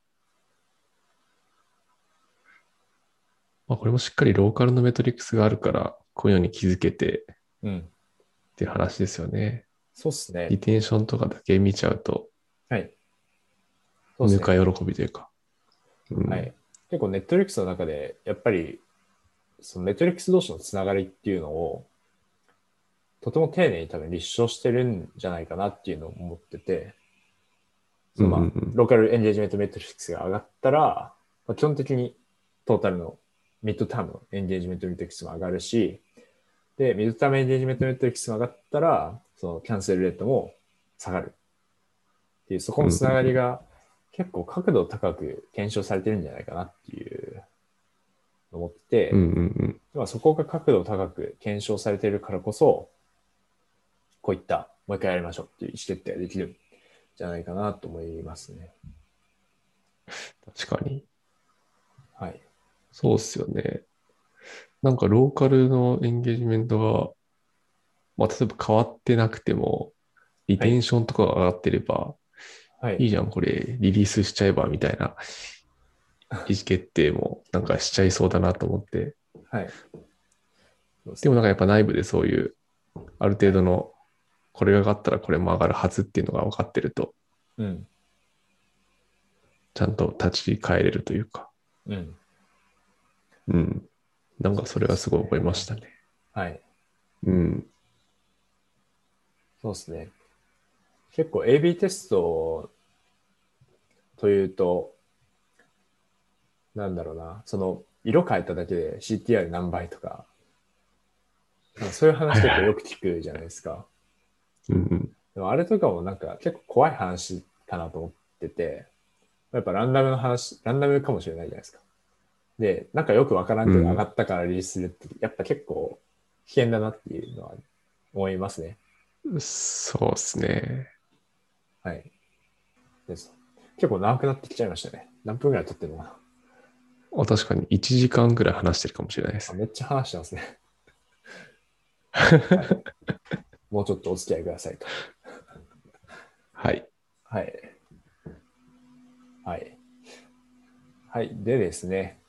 まあ、これもしっかりローカルのメトリックスがあるから、こういうのに気づけてうん。 っていう話ですよね。 そうっすね。 リテンションとかだけ見ちゃうと、 はい。そうっすね。 ぬか喜びというか。うん。 はい。結構ネットリックスの中で、やっぱり、そのネットリックス同士のつながりっていうのを、とても丁寧に多分立証してるんじゃないかなっていうのを思ってて、そうんうのんローカルエンゲージメントメトリックスが上がったら、基本的にトータルのミッドタームのエンゲージメントメトリックスも上がるし、で、ミッドタームエンゲージメントメトリックスが上がったら、そのキャンセルレートも下がるっていう、そこうん。 のつながうんうんうん。 りが結構角度高く検証されてるんじゃないかなっていうのを思って、 うんうんうん。 まあ、そこが角度高く検証されているからこそ、こういったもう一回やりましょうっていう意思決定ができるんじゃないかなと思いますね。 確かに。 はい。 そうっすよね。なんかローカルのエンゲージメントが、まあ、例えば変わってなくても、リはい。 テンションとかが上がってれば、 はい。 いいじゃん、これ、リリースしちゃえば、みたいな意思決定もなんかしちゃいそうだなと思って。 はい。そうですね。 でもなんかやっぱ内部でそういう、あるはい。 程度の、これが上がったらこれも上がるはずっていうのが分かってると、 うん。 ちゃんと立ち返れるというか、 うん。 うん。なんかそれはそうですすごい覚えましね。 たね。 はい。 うん。 そうですね。結構 AB テストというと、なんだろうな、その色変えただけで CTR 何倍とか、なんかそういう話結構よはいはい。 く聞くじゃないですか。 うんうん。 でもあれとかもなんか結構怖い話かなと思ってて、やっぱランダムの話、ランダムかもしれないじゃないですか。で、なんかよくわからんけど上がうん。 ったからリリースするって、やっぱ結構危険だなっていうのは思いますね。 そうですね。 はい。です。結構長くなってきちゃいましたね。何分ぐらい経ってるのかな。 確かに1時間ぐらい話してるかもしれないですあ、 ね。 めっちゃ話してますね。はい。もうちょっとお付き合いくださいと。 はい。 はい。はい。はい。でですね。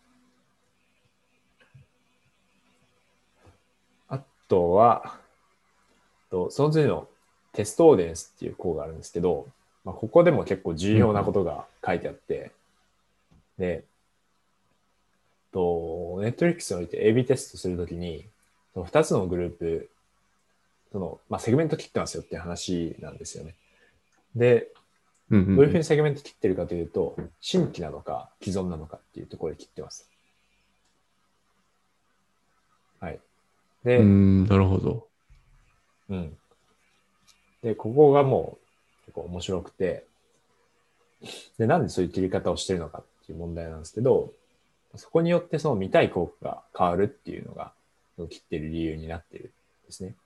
あとは、その次のテストオーディエンスっていう項があるんですけど、まあ、ここでも結構重要なこうんとが書いてあって、で、ネットリックスにおいて AB テストするときに、その2つのグループ、まあ、セグメント切ってますよっていう話なんですよね。で、 うん。うんうんうん。 どういうふうにセグメント切ってるかというと、新規なのか既存なのかっていうところで切ってます。はい。で、 なるほど。 うん。で、ここがもう結構面白くて、で、なんでそういう切り方をしてるのかっていう問題なんですけど、そこによってその見たい効果が変わるっていうのが、その切ってる理由になってるんですね。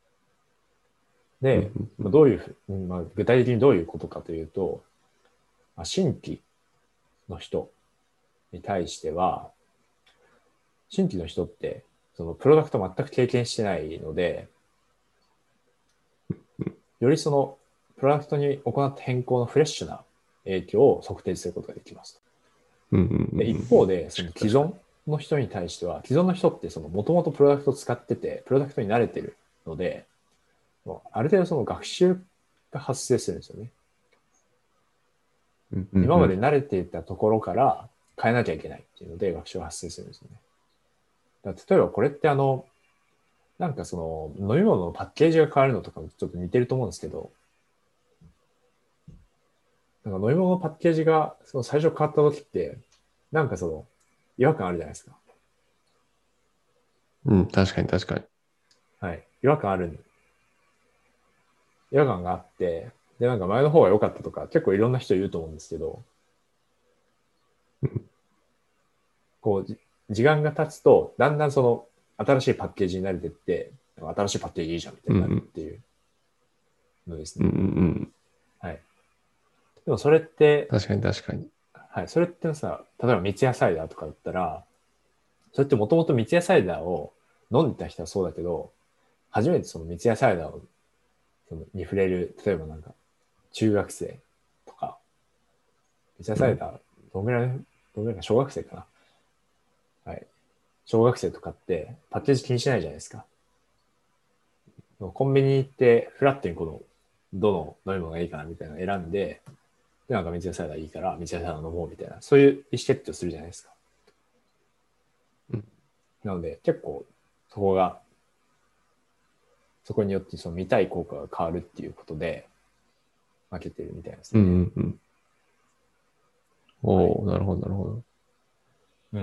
うんで、 うんうん。 どういうふう、まあ、具体的にどういうことかというと、まあ、新規の人に対しては、新規の人って、そのプロダクト全く経験してないので、よりそのプロダクトに行った変更のフレッシュな影響を測定することができますと。 うんうんうんうんで、 うん。 一方で、その確かに確か既存の人に対しては、既存の人ってそのもともとプロダクトを使ってて、プロダクトに慣れてるので、もうある程度その学習が発生するんですよね。 に。うんうんうん。 今まで慣れていたところから変えなきゃいけないっていうので学習が発生するんですよね。だから例えばこれってなんかその飲み物のパッケージが変わるのとかもちょっと似てると思うんですけど、なんか飲み物のパッケージがその最初変わった時って、なんかその違和感あるじゃないですか。 うん、確かに確かに。 はい。違和感があって、で、なんか前の方が良かったとか、結構いろんな人言うと思うんですけど、 うんこう、時間が経つと、だんだんその新しいパッケージに慣れてって、新しいパッケージいいじゃんみたいになるっうんていうのですうん。うね。 んうんうん。 はい。でもそれって、 確かに確かに。 はい、それってさ、例えば三ツ矢サイダーとかだったら、それってもともと三ツ矢サイダーを飲んでた人はそうだけど、初めてその三ツ矢サイダーに触れる、例えばなんか、 中学生とか、満たされた、どんぐらいか、小学生かな。はい。小学生とかってパッケージ気にしないじゃないですか。コンビニ行ってフラットにどの飲み物がいいかなみたいなの選んで、で、なんか三ツ矢サイダーいいから三ツ矢サイダー飲もうみたいな、そういう意思決定をするじゃないですか。 うん。 なので結構そこによってその見たい効果が変わるっていうことで負けてるみたいですね。 うんうんうん。 はい。 おー、なるほど、なるほど。 うん。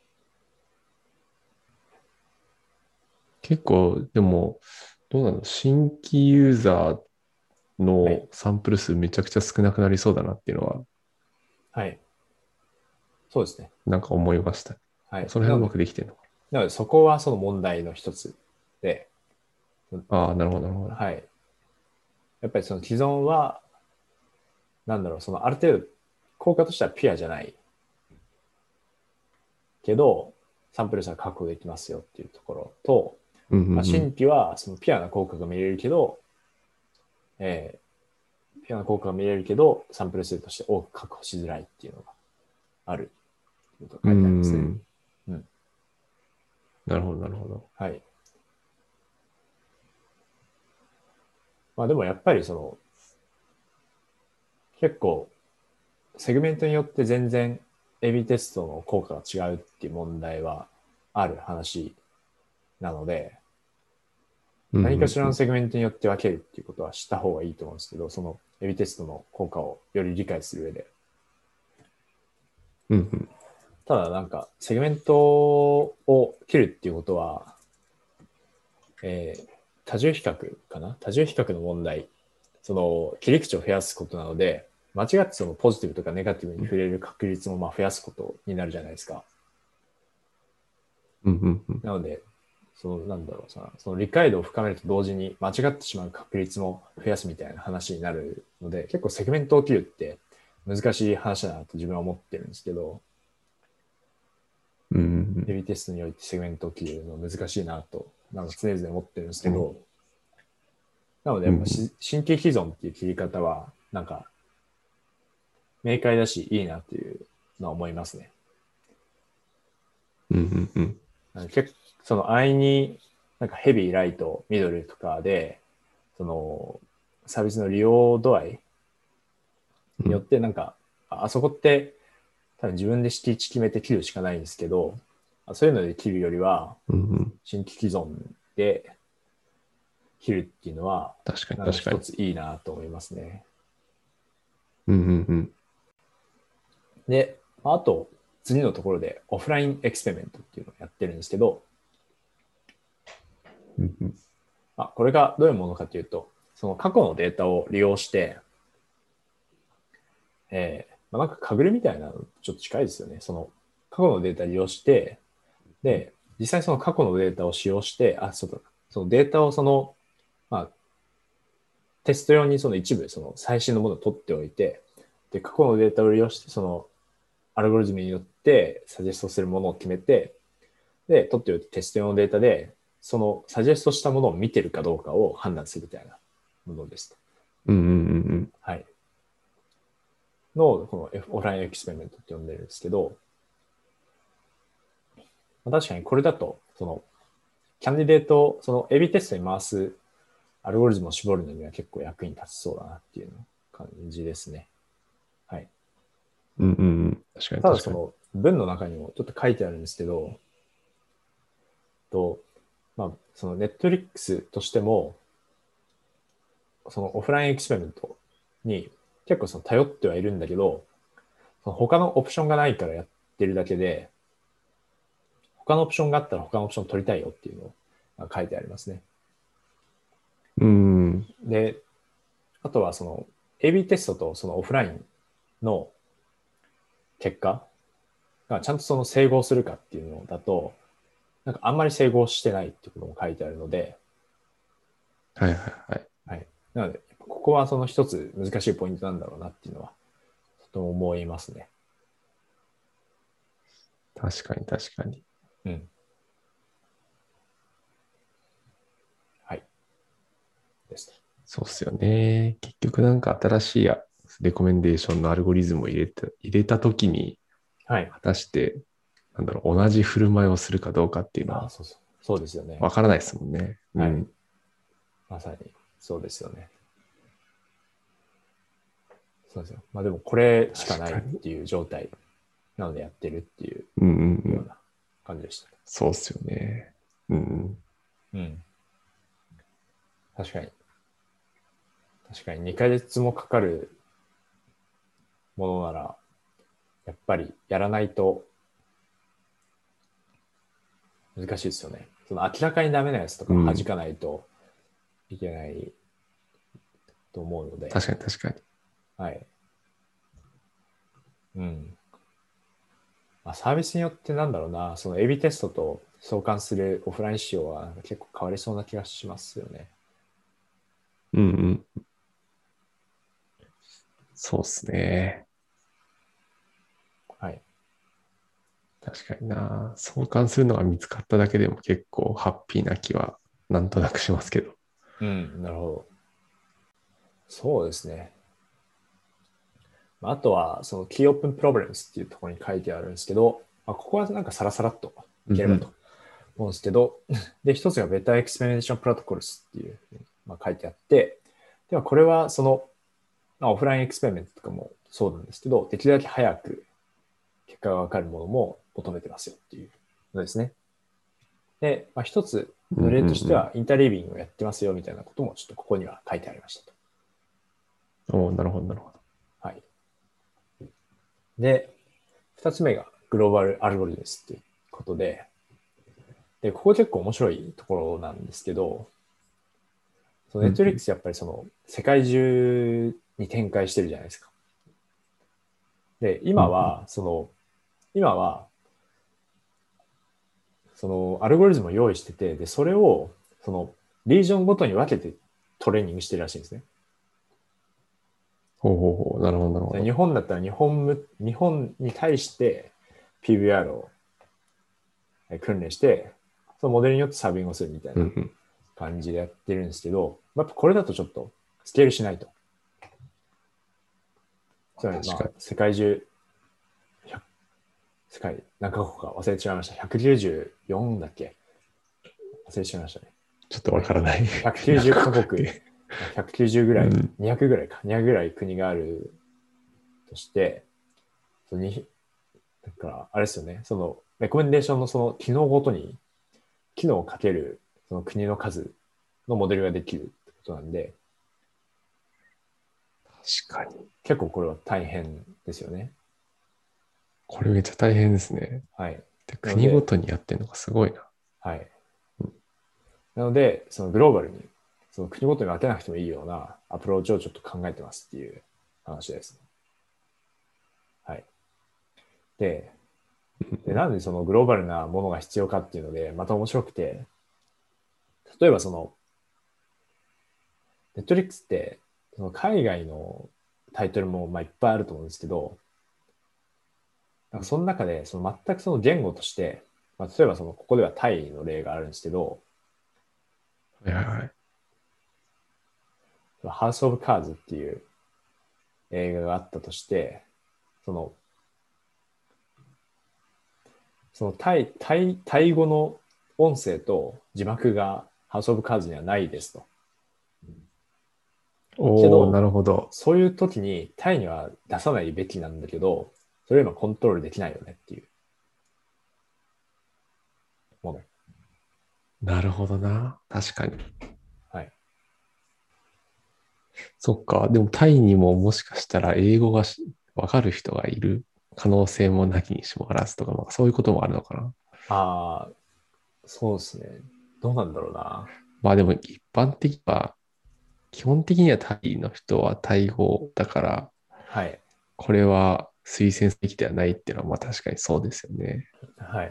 結構、でも、どうなの新規ユーザーはい。 のサンプル数めちゃくちゃ少なくなりそうだなっていうのは、 はい。そうですね。 なんか思いました。 はい。 その辺うまくできてるのか。 なのでそこはその問題の一つで、 ああ、なるほど、なるほど。 はい。やっぱりその既存は、なんだろう、そのある程度効果としてはピュアじゃないけど、サンプル差確保できますよっていうところと、 うんうんうん。 新規はそのピュアな効果が見れるけど、えピュアな効果が見れるけど、サンプル数として多く確保しづらいっていうのがあるということうが書いてありますね。 ん。 うん。 なるほど、なるほど。 はい。まあでもやっぱり結構セグメントによって全然 AB テストの効果が違うっていう問題はある話なので、 うん何かしらうんうん。 のセグメントによって分けるっていうことはした方がいいと思うんですけど、その AB テストの効果をより理解する上で。 うんうん。 ただなんか、セグメントを切るっていうことは、多重比較かな多重比較の問題。その切り口を増やすことなので、間違ってそのポジティブとかネガティブに触れる確率もまあ増やすことになるじゃないですか。 うんうんうん。 なので、なんだろうさ、その理解度を深めると同時に間違ってしまう確率も増やすみたいな話になるので、結構セグメントを切るって難しい話だなと自分は思ってるんですけど、 うんうんヘビーテストにおいてセグメントを切るのは難しいなと、なんか常々思ってるんですけうん。 ど、なのでやっぱうんうん。 新規既存っていう切り方は、なんか明快だしいいなっていうのは思いますね。 うんうんうん。 結構、その安易になんかヘビー、ライト、ミドルとかで、そのサービスの利用度合いによってなんか、あそこって多分自分で敷地決めて切るしかないんですけど、そういうので切るよりは、 うんうん。 新規既存で切るっていうのは、 確かに、 なんか確かに。 一ついいなと思いますね。 うんうんうん。 で、あと、次のところでオフラインエクスペリメントっていうのをやってるんですけど、 うんうん。 これがどういうものかというと、その過去のデータを利用して、なんかかぐるみたいなのちょっと近いですよね。その過去のデータを利用して、で、実際その過去のデータを使用して、そうだ、そのデータをまあ、テスト用にその一部、その最新のものを取っておいて、で、過去のデータを利用して、そのアルゴリズムによってサジェストするものを決めて、で、取っておいてテスト用のデータで、そのサジェストしたものを見てるかどうかを判断するみたいなものです。 うんうんうんうん。 はい。このオフラインエクスペリメントって呼んでるんですけど、確かにこれだと、キャンディデート、その AB テストに回すアルゴリズムを絞るのには結構役に立ちそうだなっていう感じですね。はい。 うんうんうん。確かに、確かに。 ただその文の中にもちょっと書いてあるんですけど、と、その Netflix としても、そのオフラインエクスペリメントに結構頼ってはいるんだけど、その他のオプションがないからやってるだけで、他のオプションがあったら他のオプション取りたいよっていうのを書いてありますね。 うん。 で、あとはAB テストとそのオフラインの結果がちゃんとその整合するかっていうのだと、なんかあんまり整合してないっていうことも書いてあるので、 はいはいはい。 はい。なので、ここはその一つ難しいポイントなんだろうなっていうのは、とても思いますね。 確かに、確かに。 うん。はい。ですね。 そうっすよね。結局なんか新しいレコメンデーションのアルゴリズムを入れたときに、 はい。 果たして、なんだろう、同じ振る舞いをするかどうかっていうのああ、 はそうそう。そうですよね。 わからないですもんね。うはい。 ん。 まさに、そうですよね。そうですよ。まあでも、これしかないっ確かに。 ていう状態なのでやってるっていううんうんうん。 ような感じでした。 そうっすよね。うんうん。 うん。確かに。確かに2ヶ月もかかるものなら、やっぱりやらないと難しいですよね。その明らかにダメなやつとかうん。 弾かないといけないと思うので、 確かに確かに。 はい。うん。まあ、サービスによってなんだろうな、その AB テストと相関するオフライン仕様はなんか結構変わりそうな気がしますよね。 うんうん。そうっすね。 はい。 確かにな。相関するのが見つかっただけでも結構ハッピーな気はなんとなくしますけど。 うん、なるほど。そうですね。まあとは、その Key Open Problems っていうところに書いてあるんですけど、まあ、ここはなんかサラサラっといければとうんうん。 思うんですけど、で、一つが Better Explanation Protocols っていうふうにまあ書いてあって、ではこれはその、まあ、オフラインエクスペリメントとかもそうなんですけど、できるだけ早く結果がわかるものも求めてますよっていうのですね。で、まあ、一つうんうんの例としてうん。 は、インターリービングをやってますよみたいなこともちょっとここには書いてありましたと。 おーなるほどなるほど。 はい。で、二つ目がグローバルアルゴリズムっていうことで、で、ここ結構面白いところなんですけど、そのネットフリックうんうん。 スやっぱりその世界中に展開してるじゃないですか。で、 うんうん。 今は、そのアルゴリズムを用意してて、で、それを、その、リージョンごとに分けてトレーニングしてるらしいんですね。 ほうほうほう。なるほどなるほ日ど。 本だったら日本に対して PVR を訓練して、そのモデルによってサービングをするみたいなうんうん。 感じでやってるんですけど、やっぱこれだとちょっとスケールしないと。つまり、まあ、 確かに。 世界中、世界何カ国か忘れてしまいました。194だっけ忘れてしまいましたね。 ちょっとわからない。 190カ国、 中国って。 190ぐらい、 うん。 200ぐらいか、200ぐらい国があるとして、そのにだから、あれですよね、その、レコメンデーションのその機能ごとに、機能をかける、その国の数のモデルができるってことなんで、 確かに。 結構これは大変ですよね。 これめっちゃ大変ですね。 はい。 で、 なので、 国ごとにやってんのがすごいな。 はい。なので、そのグローバルに、その国ごとに分けなくてもいいようなアプローチをちょっと考えてますっていう話ですね。はい。で、なんでそのグローバルなものが必要かっていうので、また面白くて、例えばその、ネットリックスって、その海外のタイトルもまあいっぱいあると思うんですけど、なんかその中で、その全くその言語として、まあ、例えばその、ここではタイの例があるんですけど、 はいはいはい。 ハウス・オブ・カーズっていう映画があったとして、その、そのタイ語の音声と字幕がハウス・オブ・カーズにはないですと。けおー、など、 るほど。 そういう時にタイには出さないべきなんだけど、それを今コントロールできないよねっていうもの。 なるほどな。確かに。 はい。 そっか。でもタイにももしかしたら英語がわかる人がいる可能性もなきにしもあらずとか、まあ、そういうこともあるのかな。 ああ、そうですね。どうなんだろうな。 まあでも一般的には、基本的にはタイの人はタイ語だから、 はい。 これは推薦すべきではないっていうのはまあ確かにそうですよね。 はい。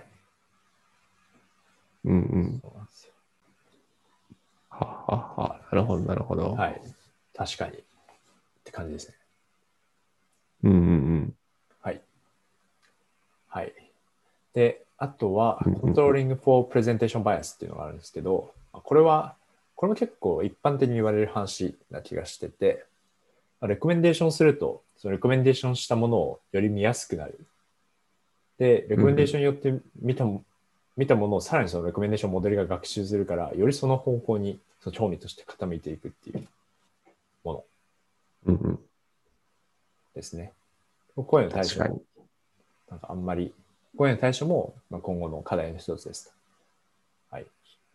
うんうん。 そうなんですよ。 はあはあはあ。なるほどなるほど。 はい。確かに。って感じですね。 うんうんはい。はい。で、あとは、 うん。うんうんうん。 Controlling for Presentation Bias っていうのがあるんですけど、これはこれも結構一般的に言われる話な気がしてて、レコメンデーションすると、そのレコメンデーションしたものをより見やすくなる。で、レコメンデーションによって見たものをさらにそのレコメンデーションモデルが学習するから、よりその方向にその興味として傾いていくっていうものですね。こういうの対処も、なんかあんまり、こういうの対処も今後の課題の一つですと。はい。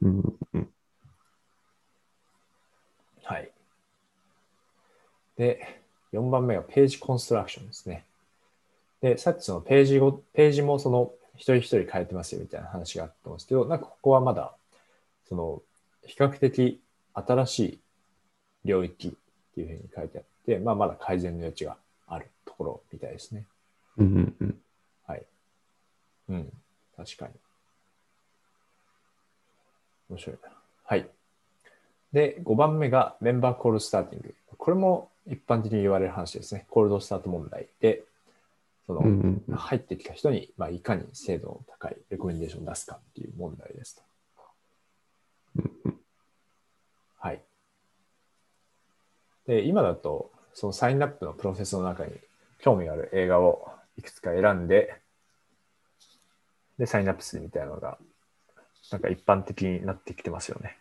はい。で、4番目がページコンストラクションですね。で、さっきそのページもその一人一人変えてますよみたいな話があったんですけど、なんかここはまだ、その比較的新しい領域っていうふうに書いてあって、まあまだ改善の余地があるところみたいですね。はい。うん。確かに。面白いな。はい。で、5番目がメンバーコールスターティング。これも一般的に言われる話ですね。コールドスタート問題で、その、入ってきた人に、いかに精度の高いレコメンデーションを出すかっていう問題ですと。はい。で、今だと、そのサインアップのプロセスの中に興味がある映画をいくつか選んで、で、サインアップするみたいなのが、なんか一般的になってきてますよね。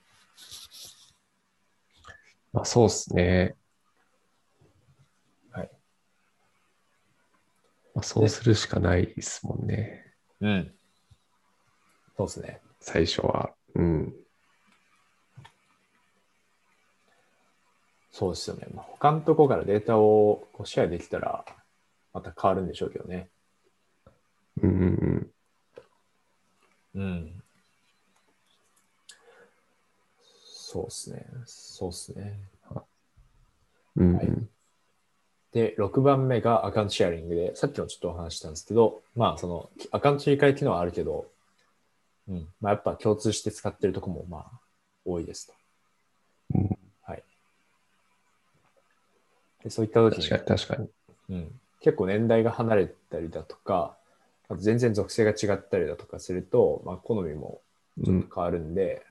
まあ、そうですね。 はい。 まあ、そうするしかないですもんね。 うん。そうですね。 最初は。 そうですよね。他のところからデータをシェアできたら、また変わるんでしょうけどね。うん。そうですね。そうですね。はい。で、6番目がアカウントシェアリングで、さっきもちょっとお話したんですけど、そのアカウント切り替え機能はあるけど、やっぱ共通して使ってるとこも多いですと。はい。でそういった時に、 確かに。 結構年代が離れたりだとか、あと全然属性が違ったりだとかすると、好みもちょっと変わるんで、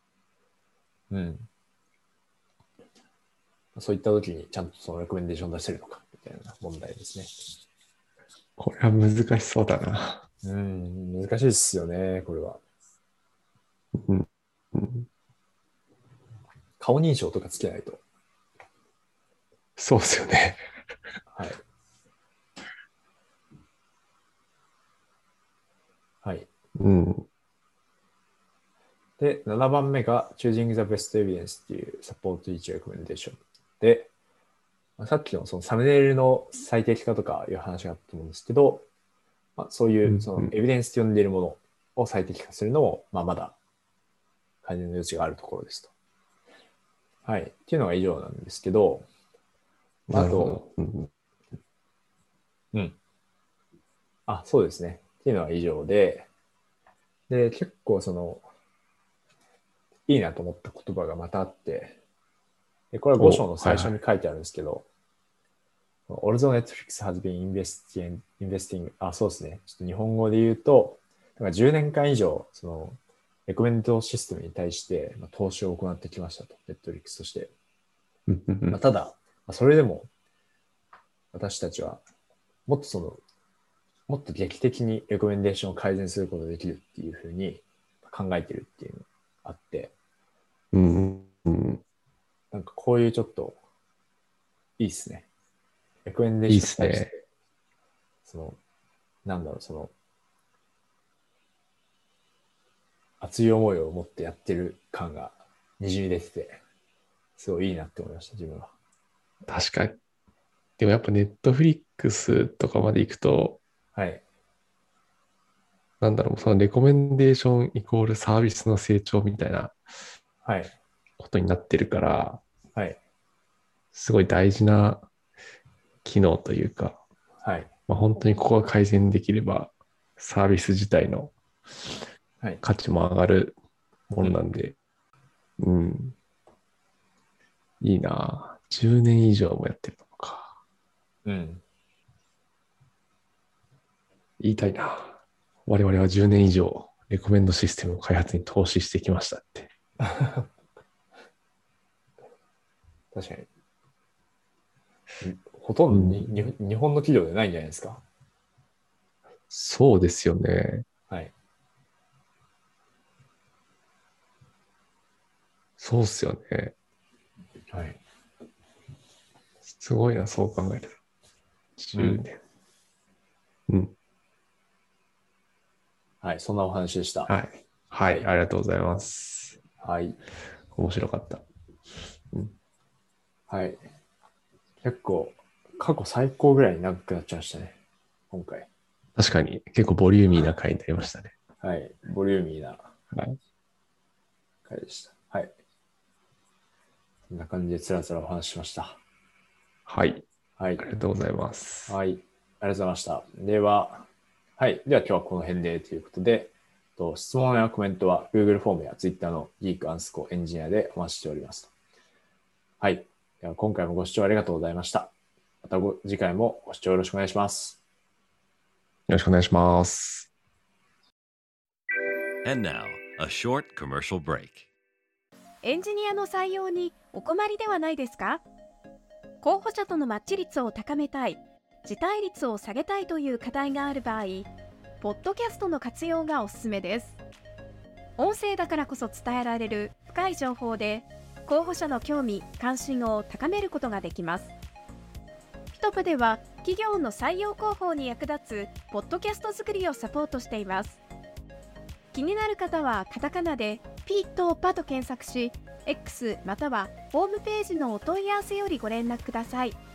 そういった時にちゃんとそのレコメンデーション出せるのかみたいな問題ですね。 これは難しそうだな。 難しいですよね、これは。顔認証とかつけないと。 そうですよね。 はい。はい。で、7番目が Choosing the Best Evidence っていう Support Each Recommendation で、さっきのそのサムネイルの最適化とかいう話があったと思うんですけど、そういうそのエビデンスと呼んでいるものを最適化するのも、まだ改善の余地があるところですと。はい。っていうのが以上なんですけど、あと、そうですね。っていうのは以上で、結構その、いいなと思った言葉がまたあって、これは5章の最初に書いてあるんですけど、Although Netflix has been investing、そうですね。ちょっと日本語で言うと、10年間以上、その、レコメントシステムに対して、投資を行ってきましたと、Netflix として。ただ、それでも、私たちは、もっと劇的にレコメンデーションを改善することができるっていうふうに考えてるっていうのがあって、なんかこういうちょっと、いいっすね。レコメンデーションに対して、その、その、熱い思いを持ってやってる感がにじみ出てて、すごいいいなって思いました、自分は。 確かに。でもやっぱネットフリックスとかまで行くと、 はい。 そのレコメンデーションイコールサービスの成長みたいなことになってるから、 はい。 すごい大事な機能というか、 はい。 本当にここが改善できれば、サービス自体の価値も上がるものなんで、いいなぁ。10年以上もやってるのか。言いたいな。我々は10年以上、レコメンドシステムの開発に投資してきましたって。 確かに。ほとんど日本の企業でないんじゃないですか。 そうですよね。 はい。 そうっすよね。 はい。 すごいな、そう考えると。10年。うん。 はい。そんなお話でした。 はい。はい。ありがとうございます。 はい。 面白かった。 はい。結構、過去最高ぐらいに長くなっちゃいましたね。今回。 確かに結構ボリューミーな回になりましたね。 はい。ボリューミーなはい。 回でした。はい。こんな感じでつらつらお話ししました。 はい。 はい。 ありがとうございます。 はい。ありがとうございました。では、はい。では今日はこの辺でということで、質問やコメントは Google フォームや Twitter の Geek アンスコエンジニアでお待ちしております。はい。では今回もご視聴ありがとうございました。また次回もご視聴よろしくお願いします。 よろしくお願いします。 And now, a short commercial break. エンジニアの採用にお困りではないですか？候補者とのマッチ率を高めたい、辞退率を下げたいという課題がある場合、ポッドキャストの活用がおすすめです。音声だからこそ伝えられる深い情報で、候補者の興味・関心を高めることができます。ピトプでは企業の採用広報に役立つポッドキャスト作りをサポートしています。気になる方はカタカナでピとパと検索し、X またはホームページのお問い合わせよりご連絡ください。